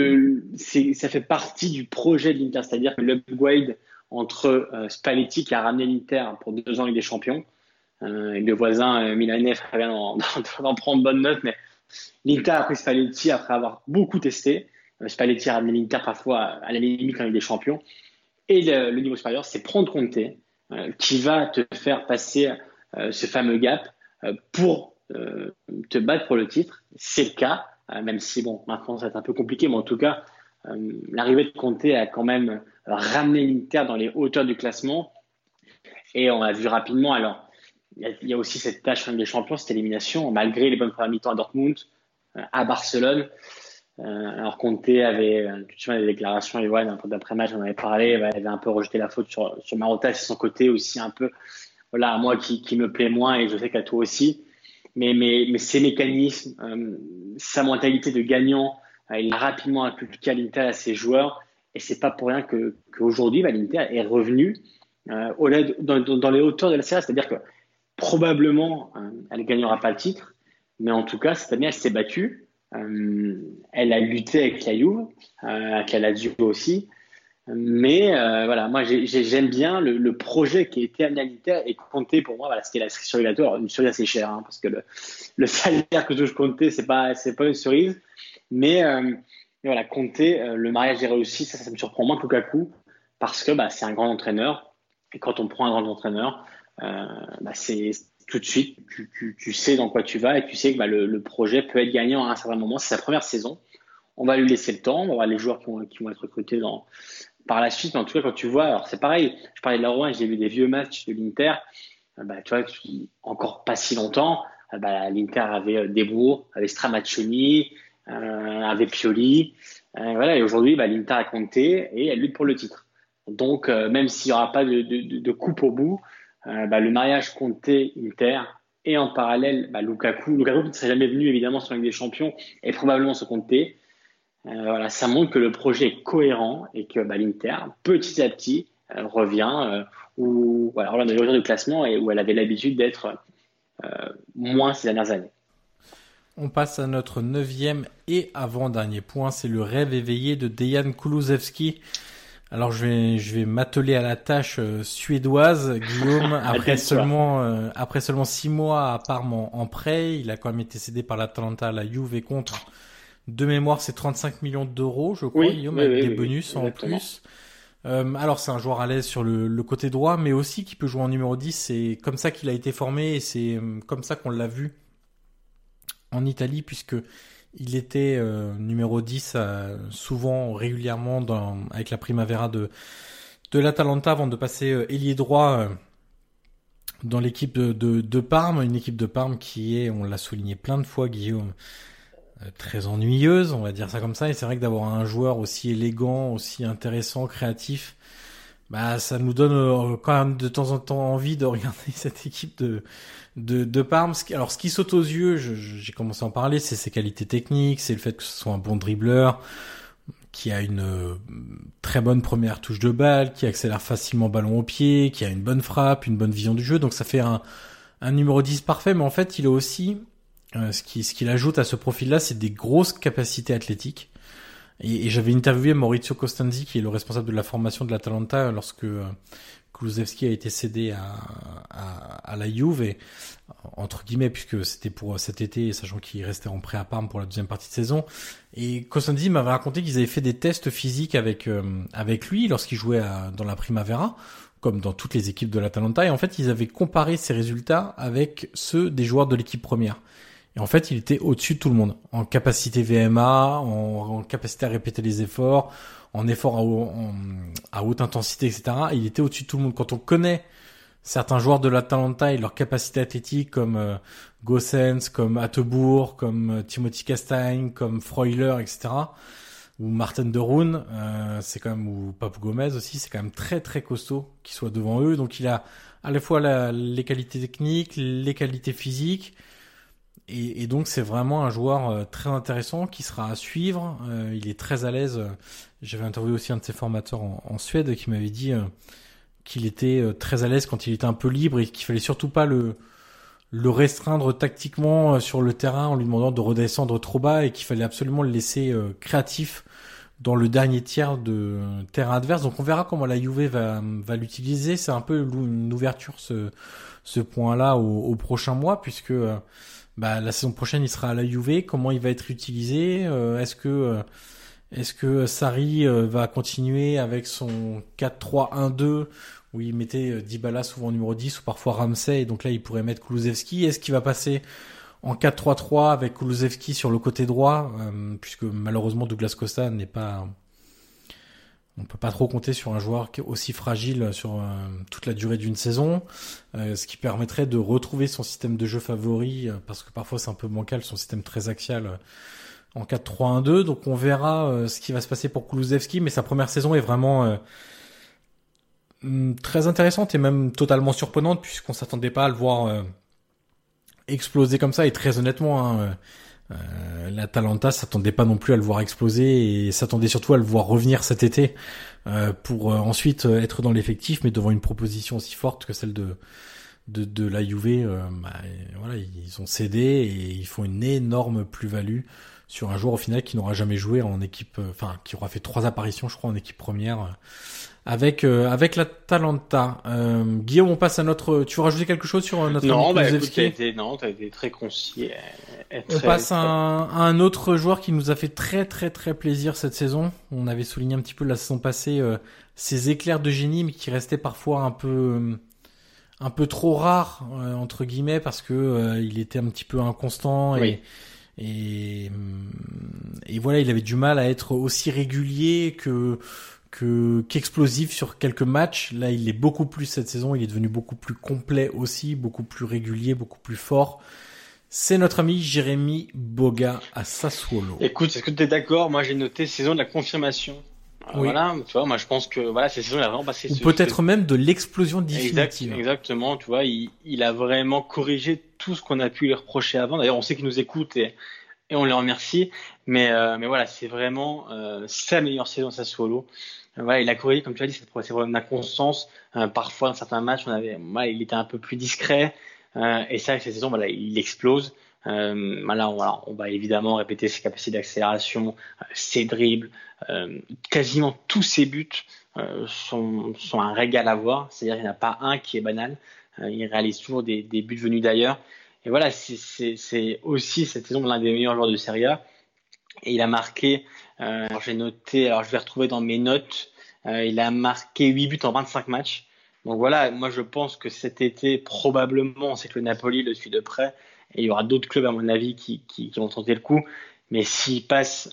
ça fait partie du projet de l'Inter, c'est-à-dire que l'upgrade entre Spalletti qui a ramené l'Inter pour 2 ans Ligue des Champions, et le voisin milanais ferait bien d'en prendre bonne note, mais l'Inter a pris Spalletti après avoir beaucoup testé. Spalletti a ramené l'Inter parfois à la limite en Ligue des Champions. Et le niveau supérieur, c'est prendre Conte qui va te faire passer ce fameux gap pour te battre pour le titre. C'est le cas, même si bon, maintenant ça va être un peu compliqué, mais en tout cas, l'arrivée de Conte a quand même ramené l'Inter dans les hauteurs du classement. Et on a vu rapidement, alors, il y a aussi cette tâche en Ligue des Champions, cette élimination, malgré les bonnes premières mi-temps à Dortmund, à Barcelone. Alors Conte avait, tu te souviens des déclarations, Ewan, d'après-match, on avait parlé, il avait un peu rejeté la faute sur Marotta, c'est son côté aussi un peu, voilà, moi qui me plaît moins et je sais qu'à toi aussi. Mais ses mécanismes, sa mentalité de gagnant, il a rapidement inculqué à l'Inter à ses joueurs et c'est pas pour rien qu'aujourd'hui, l'Inter est revenu dans les hauteurs de la Serie A, c'est-à-dire que probablement, elle ne gagnera pas le titre, mais en tout cas, cette année, elle s'est battue. Elle a lutté avec la Juve, avec la Lazio aussi. Mais voilà, moi, j'aime bien le projet qui a été amené à l'Inter et Conte, pour moi, voilà, c'était la cerise sur le gâteau. Alors, une cerise assez chère, parce que le salaire que touche Conte, c'est pas une cerise. Mais voilà, Conte, le mariage est réussi, ça me surprend moins que Lukaku, parce que c'est un grand entraîneur. Et quand on prend un grand entraîneur, c'est tout de suite, tu sais dans quoi tu vas et tu sais que le projet peut être gagnant à un certain moment. C'est sa première saison. On va lui laisser le temps. On va voir les joueurs qui vont être recrutés par la suite. Mais en tout cas, quand tu vois, alors c'est pareil. Je parlais de Leroy, j'ai vu des vieux matchs de l'Inter. Tu vois, encore pas si longtemps, l'Inter avait Debourg, avait Stramaccioni, avait Pioli. Voilà. Et aujourd'hui, l'Inter a Conte et elle lutte pour le titre. Donc, même s'il n'y aura pas de coupe au bout, le mariage Conte-Inter et en parallèle Lukaku qui ne serait jamais venu évidemment sur la Ligue des Champions et probablement ce Conte, voilà, ça montre que le projet est cohérent et que l'Inter petit à petit revient où voilà, on a le du classement et où elle avait l'habitude d'être moins ces dernières années. On passe à notre 9e et avant-dernier point, c'est le rêve éveillé de Dejan Kulusevski. Alors je vais m'atteler à la tâche suédoise, Guillaume. Après seulement 6 mois à Parme en prêt, il a quand même été cédé par l'Atalanta à la Juve contre, de mémoire, c'est 35 millions d'euros, je crois, Guillaume, avec des bonus en plus. Alors c'est un joueur à l'aise sur le côté droit, mais aussi qui peut jouer en numéro 10. C'est comme ça qu'il a été formé et c'est comme ça qu'on l'a vu en Italie, puisque il était numéro 10 souvent, régulièrement avec la Primavera de l'Atalanta avant de passer ailier droit dans l'équipe de Parme. Une équipe de Parme qui est, on l'a souligné plein de fois, Guillaume, très ennuyeuse, on va dire ça comme ça. Et c'est vrai que d'avoir un joueur aussi élégant, aussi intéressant, créatif, ça nous donne quand même de temps en temps envie de regarder cette équipe de Parme. Alors, ce qui saute aux yeux, j'ai commencé à en parler, c'est ses qualités techniques, c'est le fait que ce soit un bon dribbleur, qui a une très bonne première touche de balle, qui accélère facilement ballon au pied, qui a une bonne frappe, une bonne vision du jeu. Donc, ça fait un numéro 10 parfait, mais en fait, il a aussi, ce qu'il ajoute à ce profil-là, c'est des grosses capacités athlétiques. Et j'avais interviewé Maurizio Costanzi, qui est le responsable de la formation de l'Atalanta, lorsque Kulusevski a été cédé à la Juve, et, entre guillemets, puisque c'était pour cet été, sachant qu'il restait en prêt à Parme pour la deuxième partie de saison. Et Costanzi m'avait raconté qu'ils avaient fait des tests physiques avec lui lorsqu'il jouait dans la Primavera, comme dans toutes les équipes de l'Atalanta, et en fait, ils avaient comparé ses résultats avec ceux des joueurs de l'équipe première. Et en fait, il était au-dessus de tout le monde, en capacité VMA, en capacité à répéter les efforts, en efforts à haute intensité, etc. Il était au-dessus de tout le monde. Quand on connaît certains joueurs de l'Atalanta et leur capacité athlétique comme Gossens, comme Attebourg, comme Timothy Castagne, comme Freuler, etc. ou Martin de Roon, c'est quand même, ou Papu Gomez aussi, c'est quand même très très costaud qu'il soit devant eux. Donc il a à la fois les qualités techniques, les qualités physiques, et donc c'est vraiment un joueur très intéressant qui sera à suivre. Il est très à l'aise. J'avais interviewé aussi un de ses formateurs en Suède qui m'avait dit qu'il était très à l'aise quand il était un peu libre et qu'il fallait surtout pas le restreindre tactiquement sur le terrain en lui demandant de redescendre trop bas, et qu'il fallait absolument le laisser créatif dans le dernier tiers de terrain adverse. Donc on verra comment la Juve va l'utiliser. C'est un peu une ouverture ce point-là au prochain mois, puisque la saison prochaine il sera à la Juve. Comment il va être utilisé? Est-ce que Sarri va continuer avec son 4-3-1-2 où il mettait Dybala souvent numéro 10 ou parfois Ramsey, et donc là il pourrait mettre Kulusevski? Est-ce qu'il va passer en 4-3-3 avec Kulusevski sur le côté droit, puisque malheureusement Douglas Costa on peut pas trop compter sur un joueur aussi fragile sur toute la durée d'une saison, ce qui permettrait de retrouver son système de jeu favori, parce que parfois c'est un peu bancal son système très axial en 4-3-1-2. Donc on verra ce qui va se passer pour Kulusevski, mais sa première saison est vraiment très intéressante et même totalement surprenante, puisqu'on s'attendait pas à le voir exploser comme ça. Et très honnêtement, l'Atalanta s'attendait pas non plus à le voir exploser, et s'attendait surtout à le voir revenir cet été pour ensuite être dans l'effectif, mais devant une proposition aussi forte que celle de la Juve. Voilà, ils ont cédé et ils font une énorme plus-value sur un joueur au final qui n'aura jamais joué en équipe, qui aura fait 3 apparitions je crois en équipe première avec l'Atalanta. Guillaume, on passe à notre... Tu veux rajouter quelque chose sur notre... Non, écoute, t'as été très concis. On passe à un autre joueur qui nous a fait très très très plaisir cette saison. On avait souligné un petit peu la saison passée ces éclairs de génie, mais qui restaient parfois un peu trop rares entre guillemets, parce que il était un petit peu inconstant, oui. et voilà, il avait du mal à être aussi régulier qu'explosif sur quelques matchs. Là, il est beaucoup plus cette saison, il est devenu beaucoup plus complet aussi, beaucoup plus régulier, beaucoup plus fort. C'est notre ami Jérémy Boga à Sassuolo. Écoute, est-ce que tu es d'accord? Moi, j'ai noté saison de la confirmation. Oui. Voilà, tu vois, moi je pense que cette saison il a vraiment passé. Ou peut-être même de l'explosion définitive. Exactement, tu vois, il a vraiment corrigé tout ce qu'on a pu lui reprocher avant. D'ailleurs, on sait qu'il nous écoute et on les remercie. Mais voilà, c'est vraiment sa meilleure saison Sassuolo. Voilà, il a corrigé, comme tu as dit, c'est problème d'inconstance. Parfois, dans certains matchs, il était un peu plus discret. Et ça, cette saison, il explose. On va évidemment répéter ses capacités d'accélération, ses dribbles, quasiment tous ses buts sont un régal à voir. C'est-à-dire qu'il n'y en a pas un qui est banal. Il réalise toujours des buts venus d'ailleurs. Et voilà, c'est aussi cette saison l'un des meilleurs joueurs de Serie A. Et il a marqué, j'ai noté, je vais retrouver dans mes notes, il a marqué 8 buts en 25 matchs. Donc voilà, moi je pense que cet été, probablement, on sait que le Napoli le suit de près, et il y aura d'autres clubs à mon avis qui vont tenter le coup. Mais s'il passe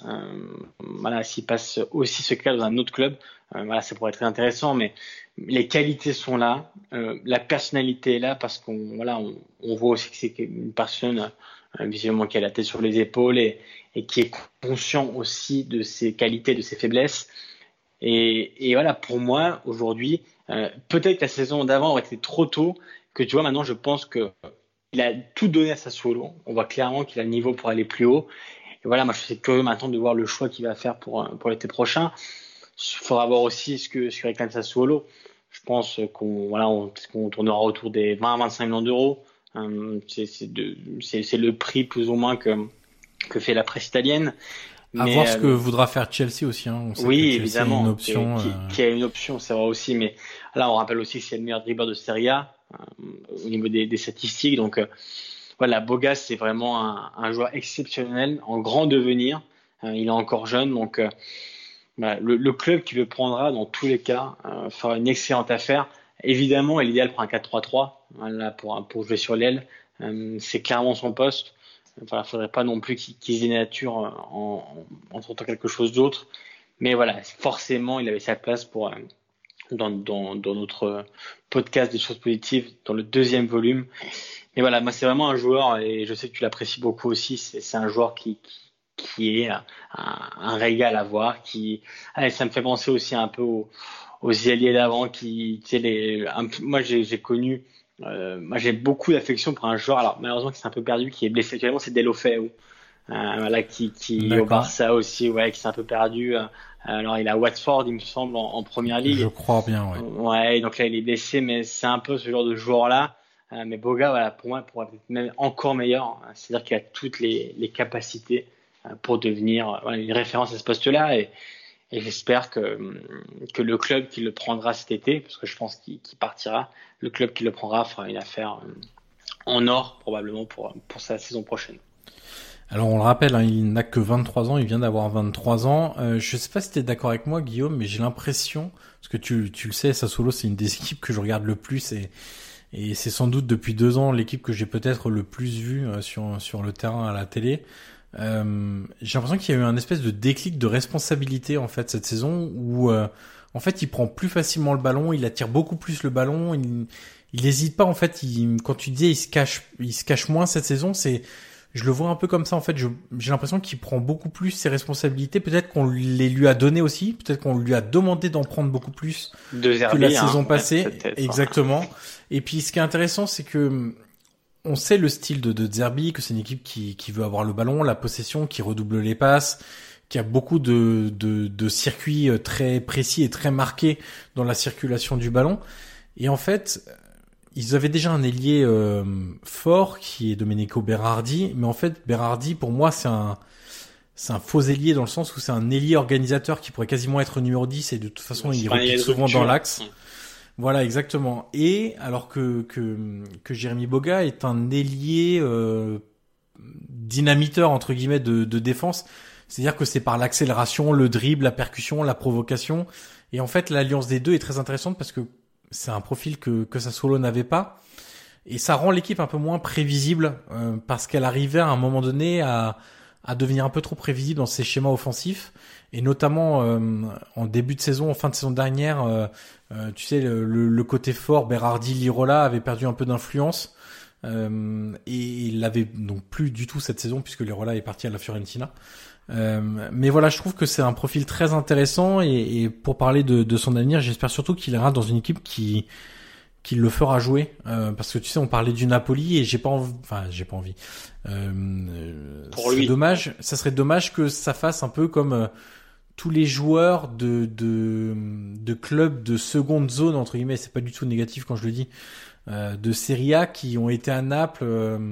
aussi ce cas dans un autre club, ça pourrait être très intéressant. Mais les qualités sont là, la personnalité est là, parce qu'on voit aussi que c'est une personne visiblement qui a la tête sur les épaules et qui est conscient aussi de ses qualités, de ses faiblesses. Et voilà, pour moi aujourd'hui, peut-être que la saison d'avant aurait été trop tôt, que tu vois maintenant je pense que il a tout donné à Sassuolo. On voit clairement qu'il a le niveau pour aller plus haut. Et voilà, moi je suis curieux maintenant de voir le choix qu'il va faire pour l'été prochain. Il faudra voir aussi ce que réclame Sassuolo. Je pense qu'on tournera autour des 20 à 25 millions d'euros. C'est le prix plus ou moins que fait la presse italienne. À voir ce que voudra faire Chelsea aussi. On sait oui, que évidemment. Une option, qui a une option, c'est vrai aussi. Mais là, on rappelle aussi que c'est le meilleur dribbleur de Serie A au niveau des statistiques. Donc Boga, c'est vraiment un joueur exceptionnel, en grand devenir. Il est encore jeune, donc le club qui le prendra, dans tous les cas, fera une excellente affaire. Évidemment, il est idéal pour un 4-3-3, pour jouer sur l'aile. C'est clairement son poste. Faudrait pas non plus qu'il se dénature en tentant quelque chose d'autre. Mais voilà, forcément, il avait sa place pour dans notre podcast des choses positives, dans le 2e volume. Mais voilà, moi c'est vraiment un joueur, et je sais que tu l'apprécies beaucoup aussi, c'est un joueur qui est un régal à voir, ça me fait penser aussi un peu aux ailiers d'avant moi j'ai beaucoup d'affection pour un joueur, alors malheureusement qui s'est un peu perdu, qui est blessé actuellement, c'est Deulofeu. Voilà, qui au Barça aussi, ouais, qui s'est un peu perdu. Alors il est à Watford, il me semble, en première ligue. Je crois bien, ouais. Ouais, donc là il est blessé, mais c'est un peu ce genre de joueur-là. Mais Boga, voilà, pour moi, pourrait être même encore meilleur. C'est-à-dire qu'il a toutes les capacités pour devenir une référence à ce poste-là. Et j'espère que le club qui le prendra cet été, parce que je pense qu'il partira, le club qui le prendra fera une affaire en or probablement pour sa saison prochaine. Alors on le rappelle, il n'a que 23 ans, il vient d'avoir 23 ans. Je sais pas si t'es d'accord avec moi, Guillaume, mais j'ai l'impression, parce que tu le sais, Sassuolo c'est une des équipes que je regarde le plus, et c'est sans doute depuis 2 ans l'équipe que j'ai peut-être le plus vue sur le terrain à la télé. J'ai l'impression qu'il y a eu un espèce de déclic de responsabilité en fait cette saison où en fait il prend plus facilement le ballon, il attire beaucoup plus le ballon, il hésite pas en fait. Quand tu disais il se cache moins cette saison, je le vois un peu comme ça en fait. J'ai l'impression qu'il prend beaucoup plus ses responsabilités. Peut-être qu'on les lui a données aussi. Peut-être qu'on lui a demandé d'en prendre beaucoup plus que la saison passée. Exactement. Et puis ce qui est intéressant, c'est que on sait le style de Zerbi, que c'est une équipe qui veut avoir le ballon, la possession, qui redouble les passes, qui a beaucoup de circuits très précis et très marqués dans la circulation du ballon. Et en fait, ils avaient déjà un ailier fort qui est Domenico Berardi, mais en fait Berardi pour moi c'est un faux ailier dans le sens où c'est un ailier organisateur qui pourrait quasiment être numéro 10 et de toute façon il recule souvent dans l'axe. Voilà, exactement. Et alors que Jérémy Boga est un ailier dynamiteur entre guillemets de défense, c'est-à-dire que c'est par l'accélération, le dribble, la percussion, la provocation, et en fait l'alliance des deux est très intéressante parce que c'est un profil que Sassuolo n'avait pas, et ça rend l'équipe un peu moins prévisible parce qu'elle arrivait à un moment donné à devenir un peu trop prévisible dans ses schémas offensifs, et notamment en début de saison, en fin de saison dernière, tu sais le côté fort Berardi, Lirola avait perdu un peu d'influence et il l'avait donc plus du tout cette saison puisque Lirola est parti à la Fiorentina. Mais voilà, je trouve que c'est un profil très intéressant, et pour parler de son avenir, j'espère surtout qu'il ira dans une équipe qui le fera jouer, parce que tu sais, on parlait du Napoli et j'ai pas envie. Pour lui, ça serait dommage que ça fasse un peu comme tous les joueurs de clubs de seconde zone entre guillemets, c'est pas du tout négatif quand je le dis, de Serie A qui ont été à Naples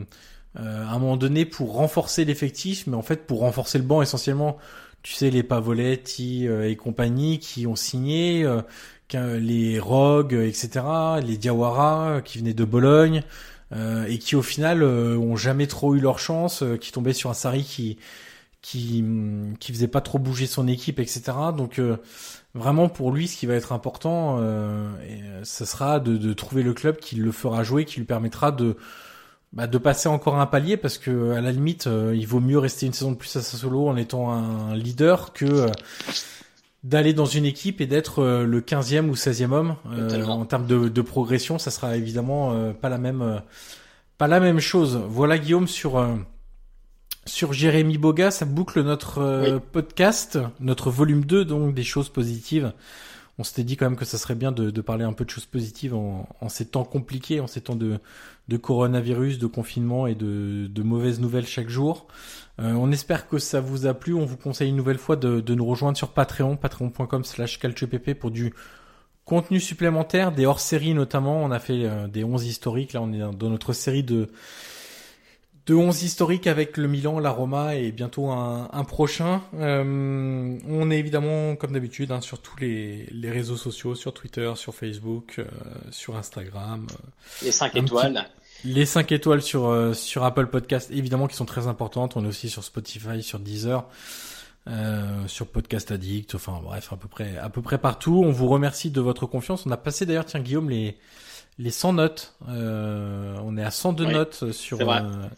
à un moment donné pour renforcer l'effectif, mais en fait pour renforcer le banc essentiellement. Tu sais, les Pavoletti et compagnie qui ont signé, les Rogue, etc., les Diawara qui venaient de Bologne, et qui au final ont jamais trop eu leur chance, qui tombaient sur un Sarri qui faisait pas trop bouger son équipe, etc. Donc vraiment pour lui, ce qui va être important, ce sera de trouver le club qui le fera jouer, qui lui permettra de passer encore un palier, parce que à la limite il vaut mieux rester une saison de plus à Sassuolo en étant un leader que d'aller dans une équipe et d'être le 15e ou 16e homme. En termes de progression, ça sera évidemment pas la même chose. Voilà, Guillaume, sur Jérémy Boga, ça boucle notre podcast, notre volume 2, donc des choses positives. On s'était dit quand même que ça serait bien de parler un peu de choses positives en ces temps compliqués, en ces temps de coronavirus, de confinement et de mauvaises nouvelles chaque jour. On espère que ça vous a plu. On vous conseille une nouvelle fois de nous rejoindre sur Patreon, patreon.com/calciopp pour du contenu supplémentaire, des hors-séries notamment. On a fait des 11 historiques. Là, on est dans notre série de 11 historiques avec le Milan, la Roma et bientôt un prochain. On est évidemment, comme d'habitude, sur tous les réseaux sociaux, sur Twitter, sur Facebook, sur Instagram. Les 5 étoiles. Les 5 étoiles sur Apple Podcast, évidemment, qui sont très importantes. On est aussi sur Spotify, sur Deezer, sur Podcast Addict, enfin bref, à peu près partout. On vous remercie de votre confiance. On a passé d'ailleurs, tiens Guillaume, les 100 notes. On est à 102 notes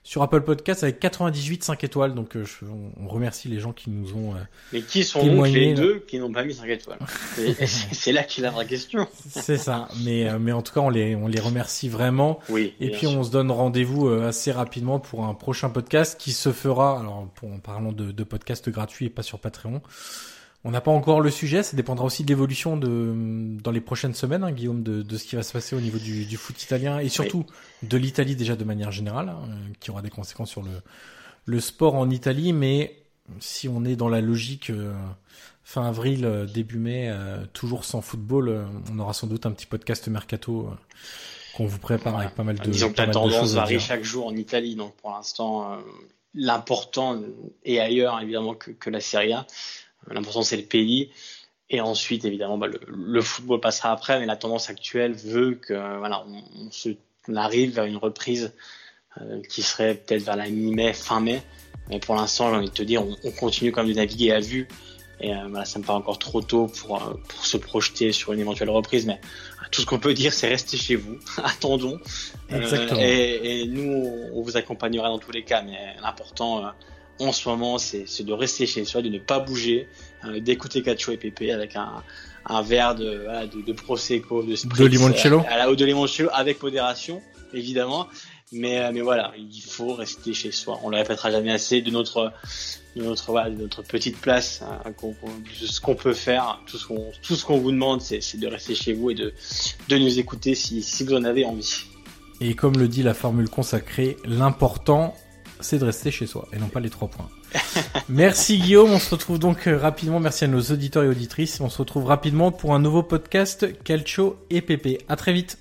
sur Apple Podcast avec 98 5 étoiles. Donc on remercie les gens qui nous ont mais qui sont témoigné, donc les deux qui n'ont pas mis 5 étoiles? C'est là qu'est la vraie question. C'est ça. Mais en tout cas, on les remercie vraiment. Oui. Et puis on se donne rendez-vous assez rapidement pour un prochain podcast qui se fera, alors en parlant de podcasts gratuits et pas sur Patreon. On n'a pas encore le sujet, ça dépendra aussi de l'évolution dans les prochaines semaines, hein, Guillaume, de ce qui va se passer au niveau du foot italien et surtout de l'Italie déjà de manière générale, hein, qui aura des conséquences sur le sport en Italie. Mais si on est dans la logique fin avril, début mai, toujours sans football, on aura sans doute un petit podcast mercato qu'on vous prépare avec pas mal de disons que la tendance varie chaque jour en Italie, donc pour l'instant, l'important est ailleurs évidemment que la Serie A. L'important c'est le pays et ensuite évidemment le football passera après, mais la tendance actuelle veut que on arrive vers une reprise qui serait peut-être vers la mi-mai, fin mai. Mais pour l'instant, j'ai envie de te dire, on continue quand même de naviguer à vue et ça me paraît encore trop tôt pour se projeter sur une éventuelle reprise. Mais tout ce qu'on peut dire, c'est rester chez vous, attendons. Exactement. Et nous, on vous accompagnera dans tous les cas, mais l'important en ce moment, c'est de rester chez soi, de ne pas bouger, d'écouter Cacio et Pepe avec un verre de Prosecco, de Spritz, de limoncello. De limoncello avec modération, évidemment. Mais voilà, il faut rester chez soi. On le répétera jamais assez de notre petite place, de ce qu'on peut faire. Tout ce qu'on vous demande, c'est de rester chez vous et de nous écouter si vous en avez envie. Et comme le dit la formule consacrée, l'important c'est de rester chez soi et non pas les 3 points. Merci Guillaume, on se retrouve donc rapidement. Merci à nos auditeurs et auditrices. On se retrouve rapidement pour un nouveau podcast Calcio et Pepe. À très vite.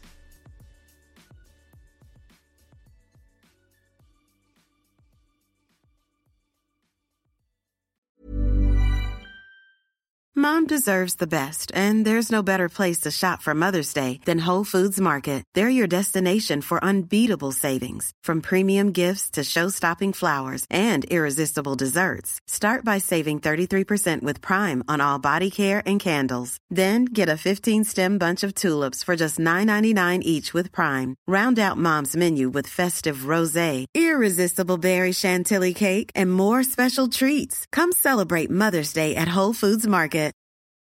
Mom deserves the best, and there's no better place to shop for Mother's Day than Whole Foods Market. They're your destination for unbeatable savings, from premium gifts to show-stopping flowers and irresistible desserts. Start by saving 33% with Prime on all body care and candles. Then get a 15-stem bunch of tulips for just $9.99 each with Prime. Round out Mom's menu with festive rosé, irresistible berry chantilly cake, and more special treats. Come celebrate Mother's Day at Whole Foods Market.